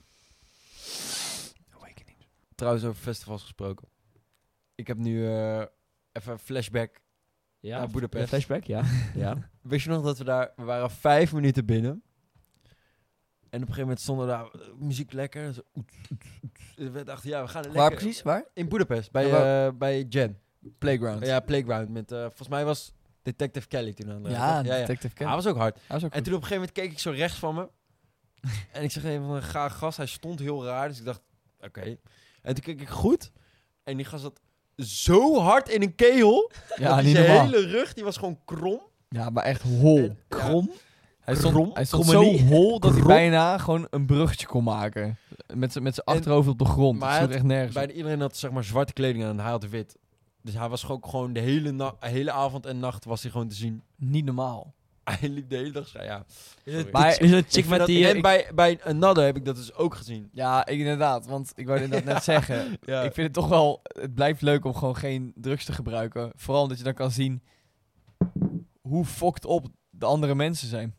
trouwens over festivals gesproken. Ik heb nu eh, even een flashback. Ja, Ja, Boedapest. een flashback, ja. ja. Weet je nog dat we daar... We waren vijf minuten binnen. En op een gegeven moment stonden daar eh, muziek lekker. En zo, oets, oets, oets. En we dachten, ja, we gaan er lekker... Waar precies? Waar? In Boedapest, bij, Ja, waar- eh, bij Jen. Playground. Ja, Playground. Met, eh, volgens mij was Detective Kelly toen aan de... Ja, ja, ja. Detective Ken. Hij was ook hard. Hij was ook En goed. toen op een gegeven moment keek ik zo rechts van me. En ik zag een van een gaar gast. Hij stond heel raar. Dus ik dacht, oké. En toen keek ik goed. En die gast zat zo hard in een kegel. Ja, dat niet zijn normaal. hele rug, die was gewoon krom. Ja, maar echt hol. En- Krom. Hij stond, Krom. hij stond Krommenie. zo hol dat hij Krom. bijna gewoon een bruggetje kon maken. Met z'n met z'n En- achterhoofd op de grond. maar Dat hij sloeg echt nergens Bij op. de, iedereen had zeg maar zwarte kleding aan en hij had wit. Dus hij was ook gewoon de hele, na- hele avond en nacht was hij gewoon te zien. Niet normaal. Hij liep de hele dag zo, ja. Sorry. Maar- Is er een Ik chick vind met dat- die... en ik- bij, bij Another heb ik dat dus ook gezien. Ja, ik, inderdaad. Want ik wou inderdaad net zeggen. Ja. Ik vind het toch wel... Het blijft leuk om gewoon geen drugs te gebruiken. Vooral omdat je dan kan zien hoe fucked op de andere mensen zijn.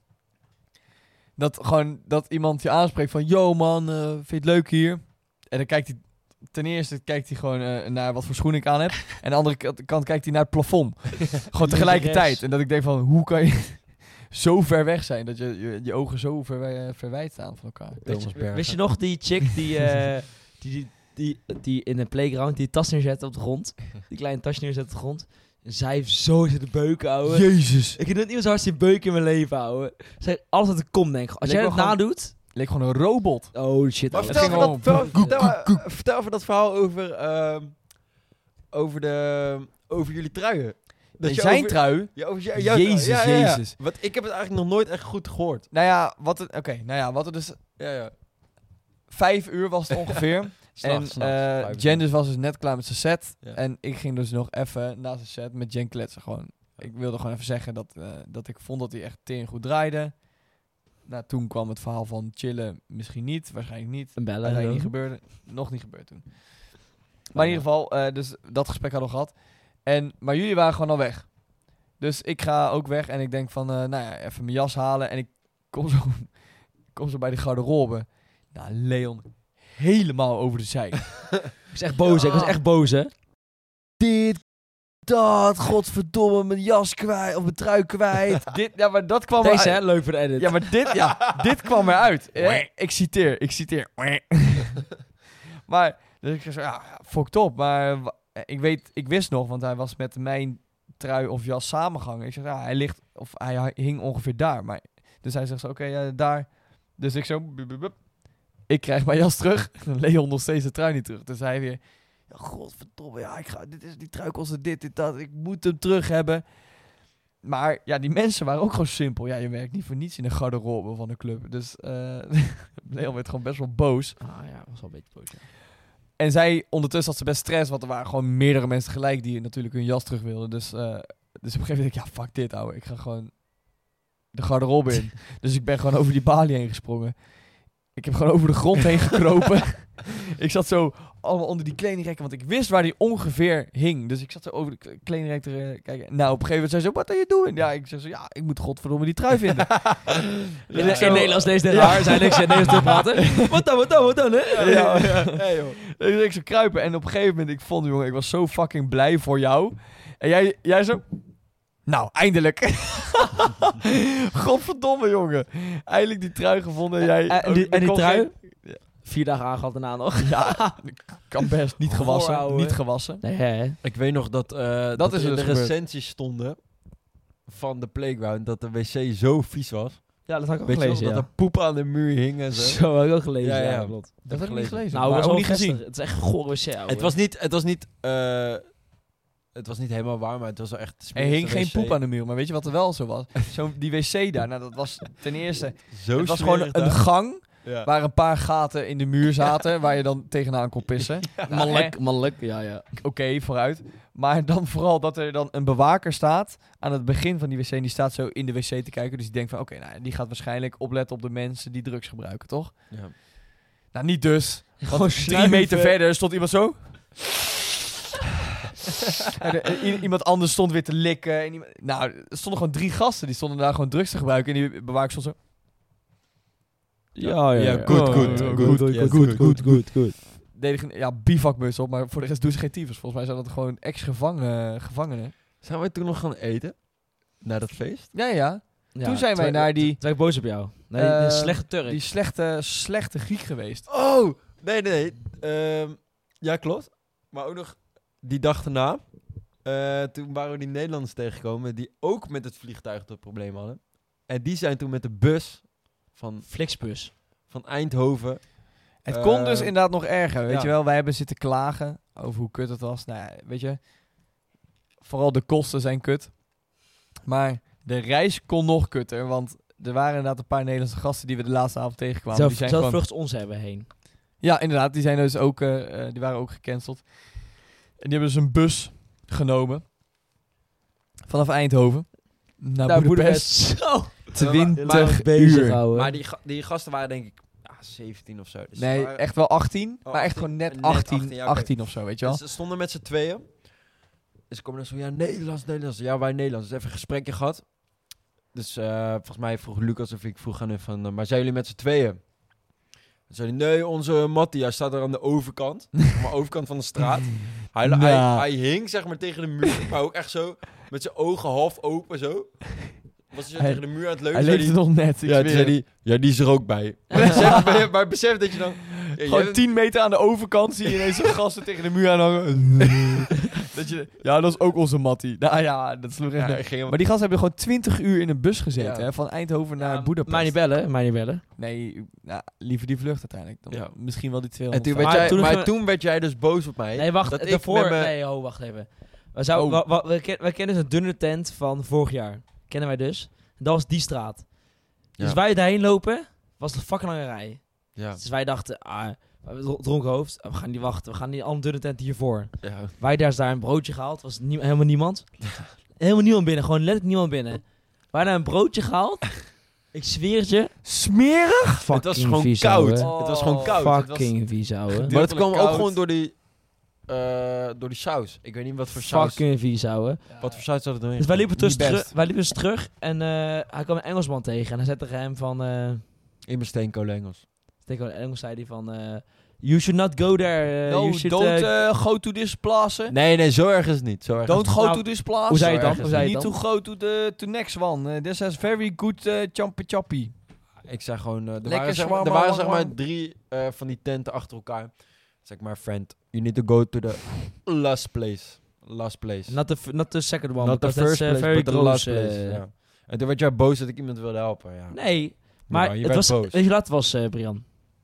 Dat gewoon dat iemand je aanspreekt van... Yo man, eh, vind je het leuk hier? En dan kijkt hij... Ten eerste kijkt hij gewoon eh, naar wat voor schoenen ik aan heb. En aan de andere kant, kant kijkt hij naar het plafond. Gewoon tegelijkertijd. En dat ik denk van, hoe kan je zo ver weg zijn? Dat je je, je ogen zo verwij- verwijd staan van elkaar. Weet Thomas je, Bergen. wist je nog die chick die, eh, die, die, die, die in een playground die tas neerzette op de grond? Die kleine tas neerzette op de grond. En zij heeft zo zitten beuken, ouwe. Jezus. Ik heb nooit iemand zo hard zien beuken in mijn leven, ouwe. Zij, alles wat er komt, denk ik. Als Leek jij dat wel gewoon- nadoet... Leek gewoon een robot. Oh shit, Maar ouwe. vertel ging even, dat, gewoon- vertel, vertel, eh, vertel even dat verhaal over, ehm, over, de, over jullie truien. Dat In je zijn over- trui. Ja, over jou- jouw Jezus, trui. Ja, ja, ja. Jezus. Want ik heb het eigenlijk nog nooit echt goed gehoord. Nou ja, wat het... Oké, nou ja, wat het dus... Ja, ja. Vijf uur was het ongeveer. en S'nachts, s'nachts, eh vijf uur. Jen dus was dus net klaar met zijn set. Ja. En ik ging dus nog even na zijn set met Jen kletsen. Gewoon. Ik wilde gewoon even zeggen dat, eh, dat ik vond dat hij echt tering goed draaide. Nou, toen kwam het verhaal van chillen misschien niet. Waarschijnlijk niet. Een bellen. Uiteindelijk niet zo. gebeurde. Nog niet gebeurd toen. Maar in ieder geval, eh, dus dat gesprek hadden we gehad. En, maar jullie waren gewoon al weg. Dus ik ga ook weg en ik denk van, eh, nou ja, even mijn jas halen. En ik kom zo, kom zo bij de garderobe. Nou, Leon, helemaal over de zij. Ik was echt boos, hè. Ik was echt boos, hè. Dit, dat, godverdomme, mijn jas kwijt, of mijn trui kwijt. dit, ja, maar dat kwam Deze, hè. eruit. Leuk voor de edit. Ja, maar dit, ja, dit kwam eruit. Eh, ik citeer, ik citeer. Maar, dus ik zei zo, ja, fucked op. Maar wa- ik weet, ik wist nog, want hij was met mijn trui of jas samengehangen. Ik zeg, ja, hij ligt, of hij hing ongeveer daar. Maar, dus hij zegt zo, oké, ja, daar. Dus ik zo, bup, bup, bup. Ik krijg mijn jas terug. Leon nog steeds de trui niet terug. Dus hij weer, Ja, godverdomme, ja, ik ga, dit is die trui kostte dit, dit, dat. Ik moet hem terug hebben. Maar ja, die mensen waren ook gewoon simpel. Ja, je werkt niet voor niets in de garderobe van de club. Dus uh, Leon werd gewoon best wel boos. Ah ja, was wel een beetje boos, ja. En zij, ondertussen had ze best stress, want er waren gewoon meerdere mensen tegelijk die natuurlijk hun jas terug wilden. Dus, uh, dus op een gegeven moment dacht ik, ja, fuck dit, ouwe. Ik ga gewoon de garderobe in. Dus ik ben gewoon over die balie heen gesprongen. Ik heb gewoon over de grond heen gekropen. Ik zat zo allemaal onder die kledingrekken, want ik wist waar die ongeveer hing. Dus ik zat zo over de kledingrek te uh, kijken. Nou, op een gegeven moment zei ze, what are you doing? Ja, ik zeg zo, ja, ik moet godverdomme die trui vinden. In, in, in Nederlands lees tegen haar, zij niks in Nederlands te praten. Wat dan, wat dan, wat dan, hè? Ja, ja, ja. Hey, joh. Dus ik zo kruipen en op een gegeven moment, ik vond, jongen, ik was zo fucking blij voor jou. En jij, jij zo... Nou, eindelijk. Godverdomme, jongen. Eindelijk die trui gevonden. En, jij, en, en die, en die trui? Geen... Vier dagen aangehad daarna nog. Ja, kan best. Niet gewassen. Goh, niet gewassen. Nee, hè? Ik weet nog dat, uh, dat, dat is in dus de gebeurd. recensies stonden van de playground dat de wc zo vies was. Ja, dat had ik ook Weet je gelezen, nog, ja. dat er poep aan de muur hing en zo. Zo, heb ik ook gelezen, Ja, ja, ja. klopt. Dat heb ik niet gelezen. Nou, maar was ook wel niet gezien. gezien. Het is echt een gore wc, ouwe. Het was niet, het was niet, uh, het was niet helemaal waar, maar het was wel echt. Er hing geen wc. poep aan de muur, maar weet je wat er wel zo was? Zo, die wc daar, nou dat was ten eerste... Zo het was gewoon smerig een daar. gang Ja. waar een paar gaten in de muur zaten, waar je dan tegenaan kon pissen. Mannelijk, mannelijk, ja, ja. Oké, okay, vooruit. Maar dan vooral dat er dan een bewaker staat aan het begin van die wc. En die staat zo in de wc te kijken. Dus die denkt van, oké, okay, nou, die gaat waarschijnlijk opletten op de mensen die drugs gebruiken, toch? Ja. Nou, niet dus. Gewoon Want drie snuiven. meter verder stond iemand zo. En er- en i- iemand anders stond weer te likken. En iemand, nou, er stonden gewoon drie gasten. Die stonden daar gewoon drugs te gebruiken. En die bewaker stond zo... Ja, ja, Ja, ja. goed, Oh, goed, ja, goed, goed, yes, goed, goed, goed, goed. Deden geen- ja, bivakmuts op. Maar voor de rest doen ze geen tyfus. Volgens mij zijn dat gewoon ex-gevangenen. Gevangenen. Zijn wij toen nog gaan eten? Na dat feest? Ja, ja. Ja, Toen zijn wij terwijl- naar die- Terwijl ik boos op jou. Nee, Eh, een slechte Turk. Die slechte, slechte Griek geweest. Oh! Nee, nee. nee. Um, ja, klopt. Maar ook nog die dag daarna. Uh, toen waren we die Nederlanders tegengekomen die ook met het vliegtuig dat probleem hadden. En die zijn toen met de bus van, Flixbus. van Eindhoven. Het Eh, kon dus inderdaad nog erger, weet ja. je wel. Wij hebben zitten klagen over hoe kut het was. Nou ja, weet je, vooral de kosten zijn kut. Maar de reis kon nog kutter, want er waren inderdaad een paar Nederlandse gasten die we de laatste avond tegenkwamen. Zelf, die zijn zelf gewoon, vlucht ons hebben heen. ja, inderdaad, die zijn dus ook, uh, uh, die waren ook gecanceld. En die hebben dus een bus genomen vanaf Eindhoven naar Naar Boedapest. Zo. twintig bezig, uur. ouwe. Maar die, ga- die gasten waren denk ik ah, zeventien of zo. Dus Nee, ze waren- echt wel achttien, Oh, maar echt achttien. gewoon net Net achttien, achttien, ja, oké. achttien of zo, weet je wel. Dus ze stonden met z'n tweeën. Dus ze komen dan zo, ja, Nederlands, Nederlands. Ja, wij Nederlands. Dus even een gesprekje gehad. Dus uh, volgens mij vroeg Lucas of ik vroeg aan hem van, uh, maar zijn jullie met z'n tweeën? Dan zei hij, nee, onze Mattie, hij staat er aan de overkant. aan de overkant van de straat. Hij, Nou. hij, hij hing zeg maar tegen de muur, maar ook echt zo, met zijn ogen half open zo. Was hij zo Hij- tegen de muur aan het leunen. Hij zei leefde nog net, ik ja, toen zweer zei het. hij, ja, die is er ook bij. Maar besef, maar, maar besef dat je dan... Ja, Gewoon jij- tien meter aan de overkant zie je ineens zo'n gasten tegen de muur aan hangen. dat je, ja, dat is ook onze Mattie. Nou ja, dat sloeg echt Ja, nergens. ik ging hem- Maar die gasten hebben gewoon twintig uur in een bus gezeten, Ja. hè, van Eindhoven naar Ja, Boedapest. Mij niet bellen, mij niet bellen. Nee, nou, liever die vlucht uiteindelijk. Dan Ja. misschien wel die En tweehonderd. toen werd Maar jij, toen maar nog- toen werd jij dus boos op mij. Nee, wacht, dat ik daarvoor... met me- Nee, oh, wacht even. We, zouden, Oh. wa- wa- we, ken- we kennen dus een dunne tent van vorig jaar. Kennen wij dus. En dat was die straat. Dus Ja. wij daarheen lopen, was het een fucking lange rij. Ja. Dus wij dachten, ah, we hebben dro- dronken hoofd, we gaan niet wachten, we gaan die andere dunne tent hiervoor. Ja. Wij daar is daar een broodje gehaald, was nie- helemaal niemand. Helemaal niemand binnen, gewoon letterlijk niemand binnen. Wij daar een broodje gehaald. Ik zweer het je. Smerig? Fucking Het was gewoon vies, koud. ouwe. Het was gewoon koud. Het was- Fucking vies, ouwe. Maar het kwam ook koud. gewoon door die, eh, door die saus. Ik weet niet wat voor saus. Fucking vies, ouwe. Wat voor saus zat er doorheen? Dus wij liepen, Niet tussen best. terug, wij liepen dus terug en eh, hij kwam een Engelsman tegen. En hij zei tegen hem van... eh In mijn steenkolen Engels. tegen een Engels zei hij van... eh, you should not go there. eh, No, you should, don't eh, uh, go to this place. Nee, nee, zo erg is het niet. Zo erg Don't is go Nou, to this place. hoe zei je het dan? Zo Hoe zei je Need het to dan? go to the to next one. Uh, this has very good uh, champy chappy. niet. Ik zei gewoon... eh, er Lekker waren, zeg maar, er shawarma, waren zeg maar warm. drie eh, van die tenten achter elkaar. Zeg maar, friend, you need to go to the last place. Last place. Not the, f- not the second one. Not the because first that's, uh, place, very but the gross, last place. eh. ja. En toen werd jij boos dat ik iemand wilde helpen. Ja. Nee, maar Ja, je het werd was... boos. Weet je wat het was, eh, Brian?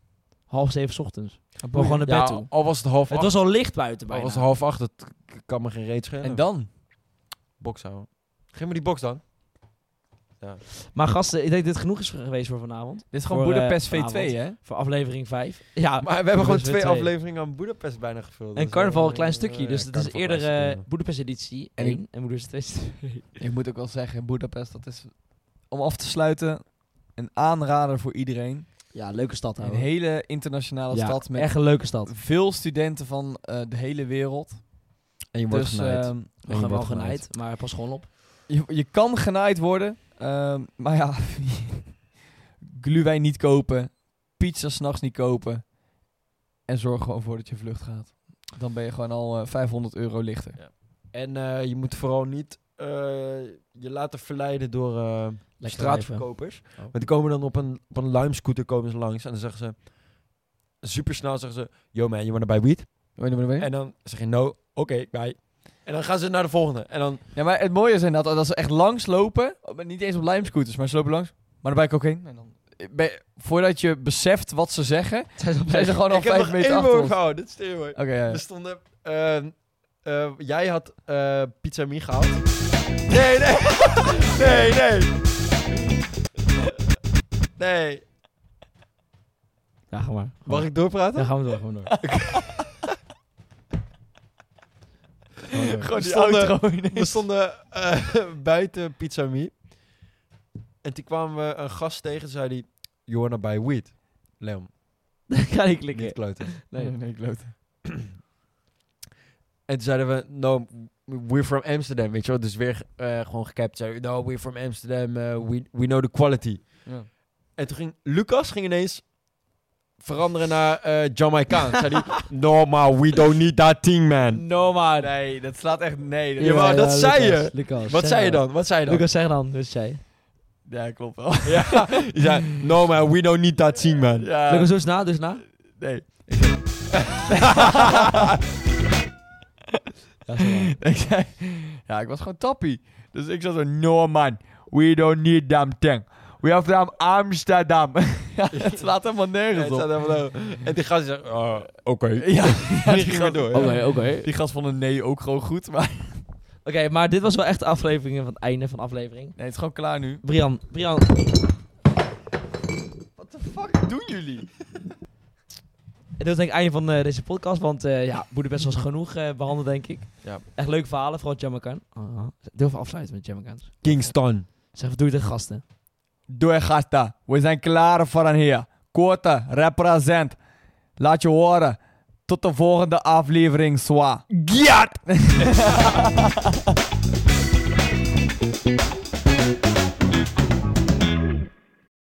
half zeven 's ochtends. We gewoon naar bed Ja, toe. al was het half Het acht. was al licht buiten Al bijna. was het half acht, dat k- kan me geen reet schelen. En dan? Box houden. Geef me die box dan. Maar gasten, ik denk dat dit genoeg is geweest voor vanavond. Dit is gewoon Voor, Budapest eh, V twee, hè? Voor aflevering vijf. Ja, Maar we hebben gewoon Budapest twee twee. afleveringen aan Budapest bijna gevuld. En Dus, carnaval eh, een klein stukje. eh, Dus het is carnaval eerder klein eh stukje. Budapest editie En één en Budapest twee. Ik moet ook wel zeggen, Budapest, dat is om af te sluiten een aanrader voor iedereen. Ja, leuke stad. Een ouwe. hele internationale Ja, stad met echt een leuke stad. veel studenten van eh, de hele wereld. En je wordt Dus genaaid. ehm, We je gaan wel wordt genaaid, genaaid. maar pas gewoon op. je, je kan genaaid worden, ehm, maar ja, gluwijn niet kopen, pizza 's nachts niet kopen en zorg gewoon voor dat je vlucht gaat. Dan ben je gewoon al eh, vijfhonderd euro lichter. En eh, je moet vooral niet eh, je laten verleiden door eh, Lekker straatverkopers. Oh. Want die komen dan op een, op een Lime-scooter komen ze langs en dan zeggen ze... Super snel zeggen ze... Yo man, you wanna buy weed? Weet je wat ik bedoel? En dan zeg je no, oké, bye. En dan gaan ze naar de volgende. En dan... Ja, maar het mooie is inderdaad dat ze echt langs lopen. Niet eens op lijmscooters, maar ze lopen langs. Maar dan ben ik ook heen. En dan, ben je- voordat je beseft wat ze zeggen, zijn ze gewoon al ik heb vijf nog meter één achter woord ons. gehouden, dit is heel mooi. Oké, ja, ja. Er stonden... eh, eh, jij had eh Pizza Me gehaald. Nee, nee. nee, nee. Nee. Ja, ga maar. Mag ik doorpraten? Ja, gaan we door, gaan we door. Gewoon We die stonden- outro We ineens. stonden eh, buiten Pizza Me. En toen kwamen we een gast tegen, zei hij... You wanna buy weed? Leon, Ga niet klikken. niet kloten. Nee, nee, klote. En toen zeiden we, no, we're from Amsterdam, weet je wel. Dus weer eh, gewoon gecapt. Zeiden we, no, we're from Amsterdam, eh, we, we know the quality. Ja. En toen ging Lucas ging ineens veranderen naar eh Jamaicaans. Zei hij, no, maar we don't need that thing, man. No, maar nee, dat slaat echt... Nee. Dat Ja, maar dat zei Lucas, je. Lucas, Wat zeg zei je dan? Wat zei je dan? Lucas, zeg dan. Dus jij. Ja, klopt wel. Ja, je zei, no, man, we don't need that thing, man. Ja, Lucas, dus na, dus na. nee. Ja, zeg maar. Ik zei... Ja, ik was gewoon tappie. Dus ik zat zo... No, man. We don't need that thing. We have from Amsterdam. Ja, het slaat helemaal Ja, nergens het op. staat helemaal zo. En die gast zei, oh, oké. Ja, ja, Die die, ging gast, weer door. Oké, ja. oké. die gast vond een nee ook gewoon goed, maar... Oké, maar dit was wel echt de aflevering van het einde van de aflevering. Nee, het is gewoon klaar nu. Brian, Brian. What the fuck doen jullie? Dit was denk ik het einde van eh, deze podcast, want eh ja, Budapest was genoeg eh, behandeld, denk ik. Ja. Echt leuke verhalen, vooral Jamaican. Uh-huh. Deel even afsluiten met Jamaicans. Kingston. Zeg, wat doe je tegen gasten? Doe gasten, we zijn klaar voor een heer. Korte, represent. Laat je horen. Tot de volgende aflevering, Swa. Giat!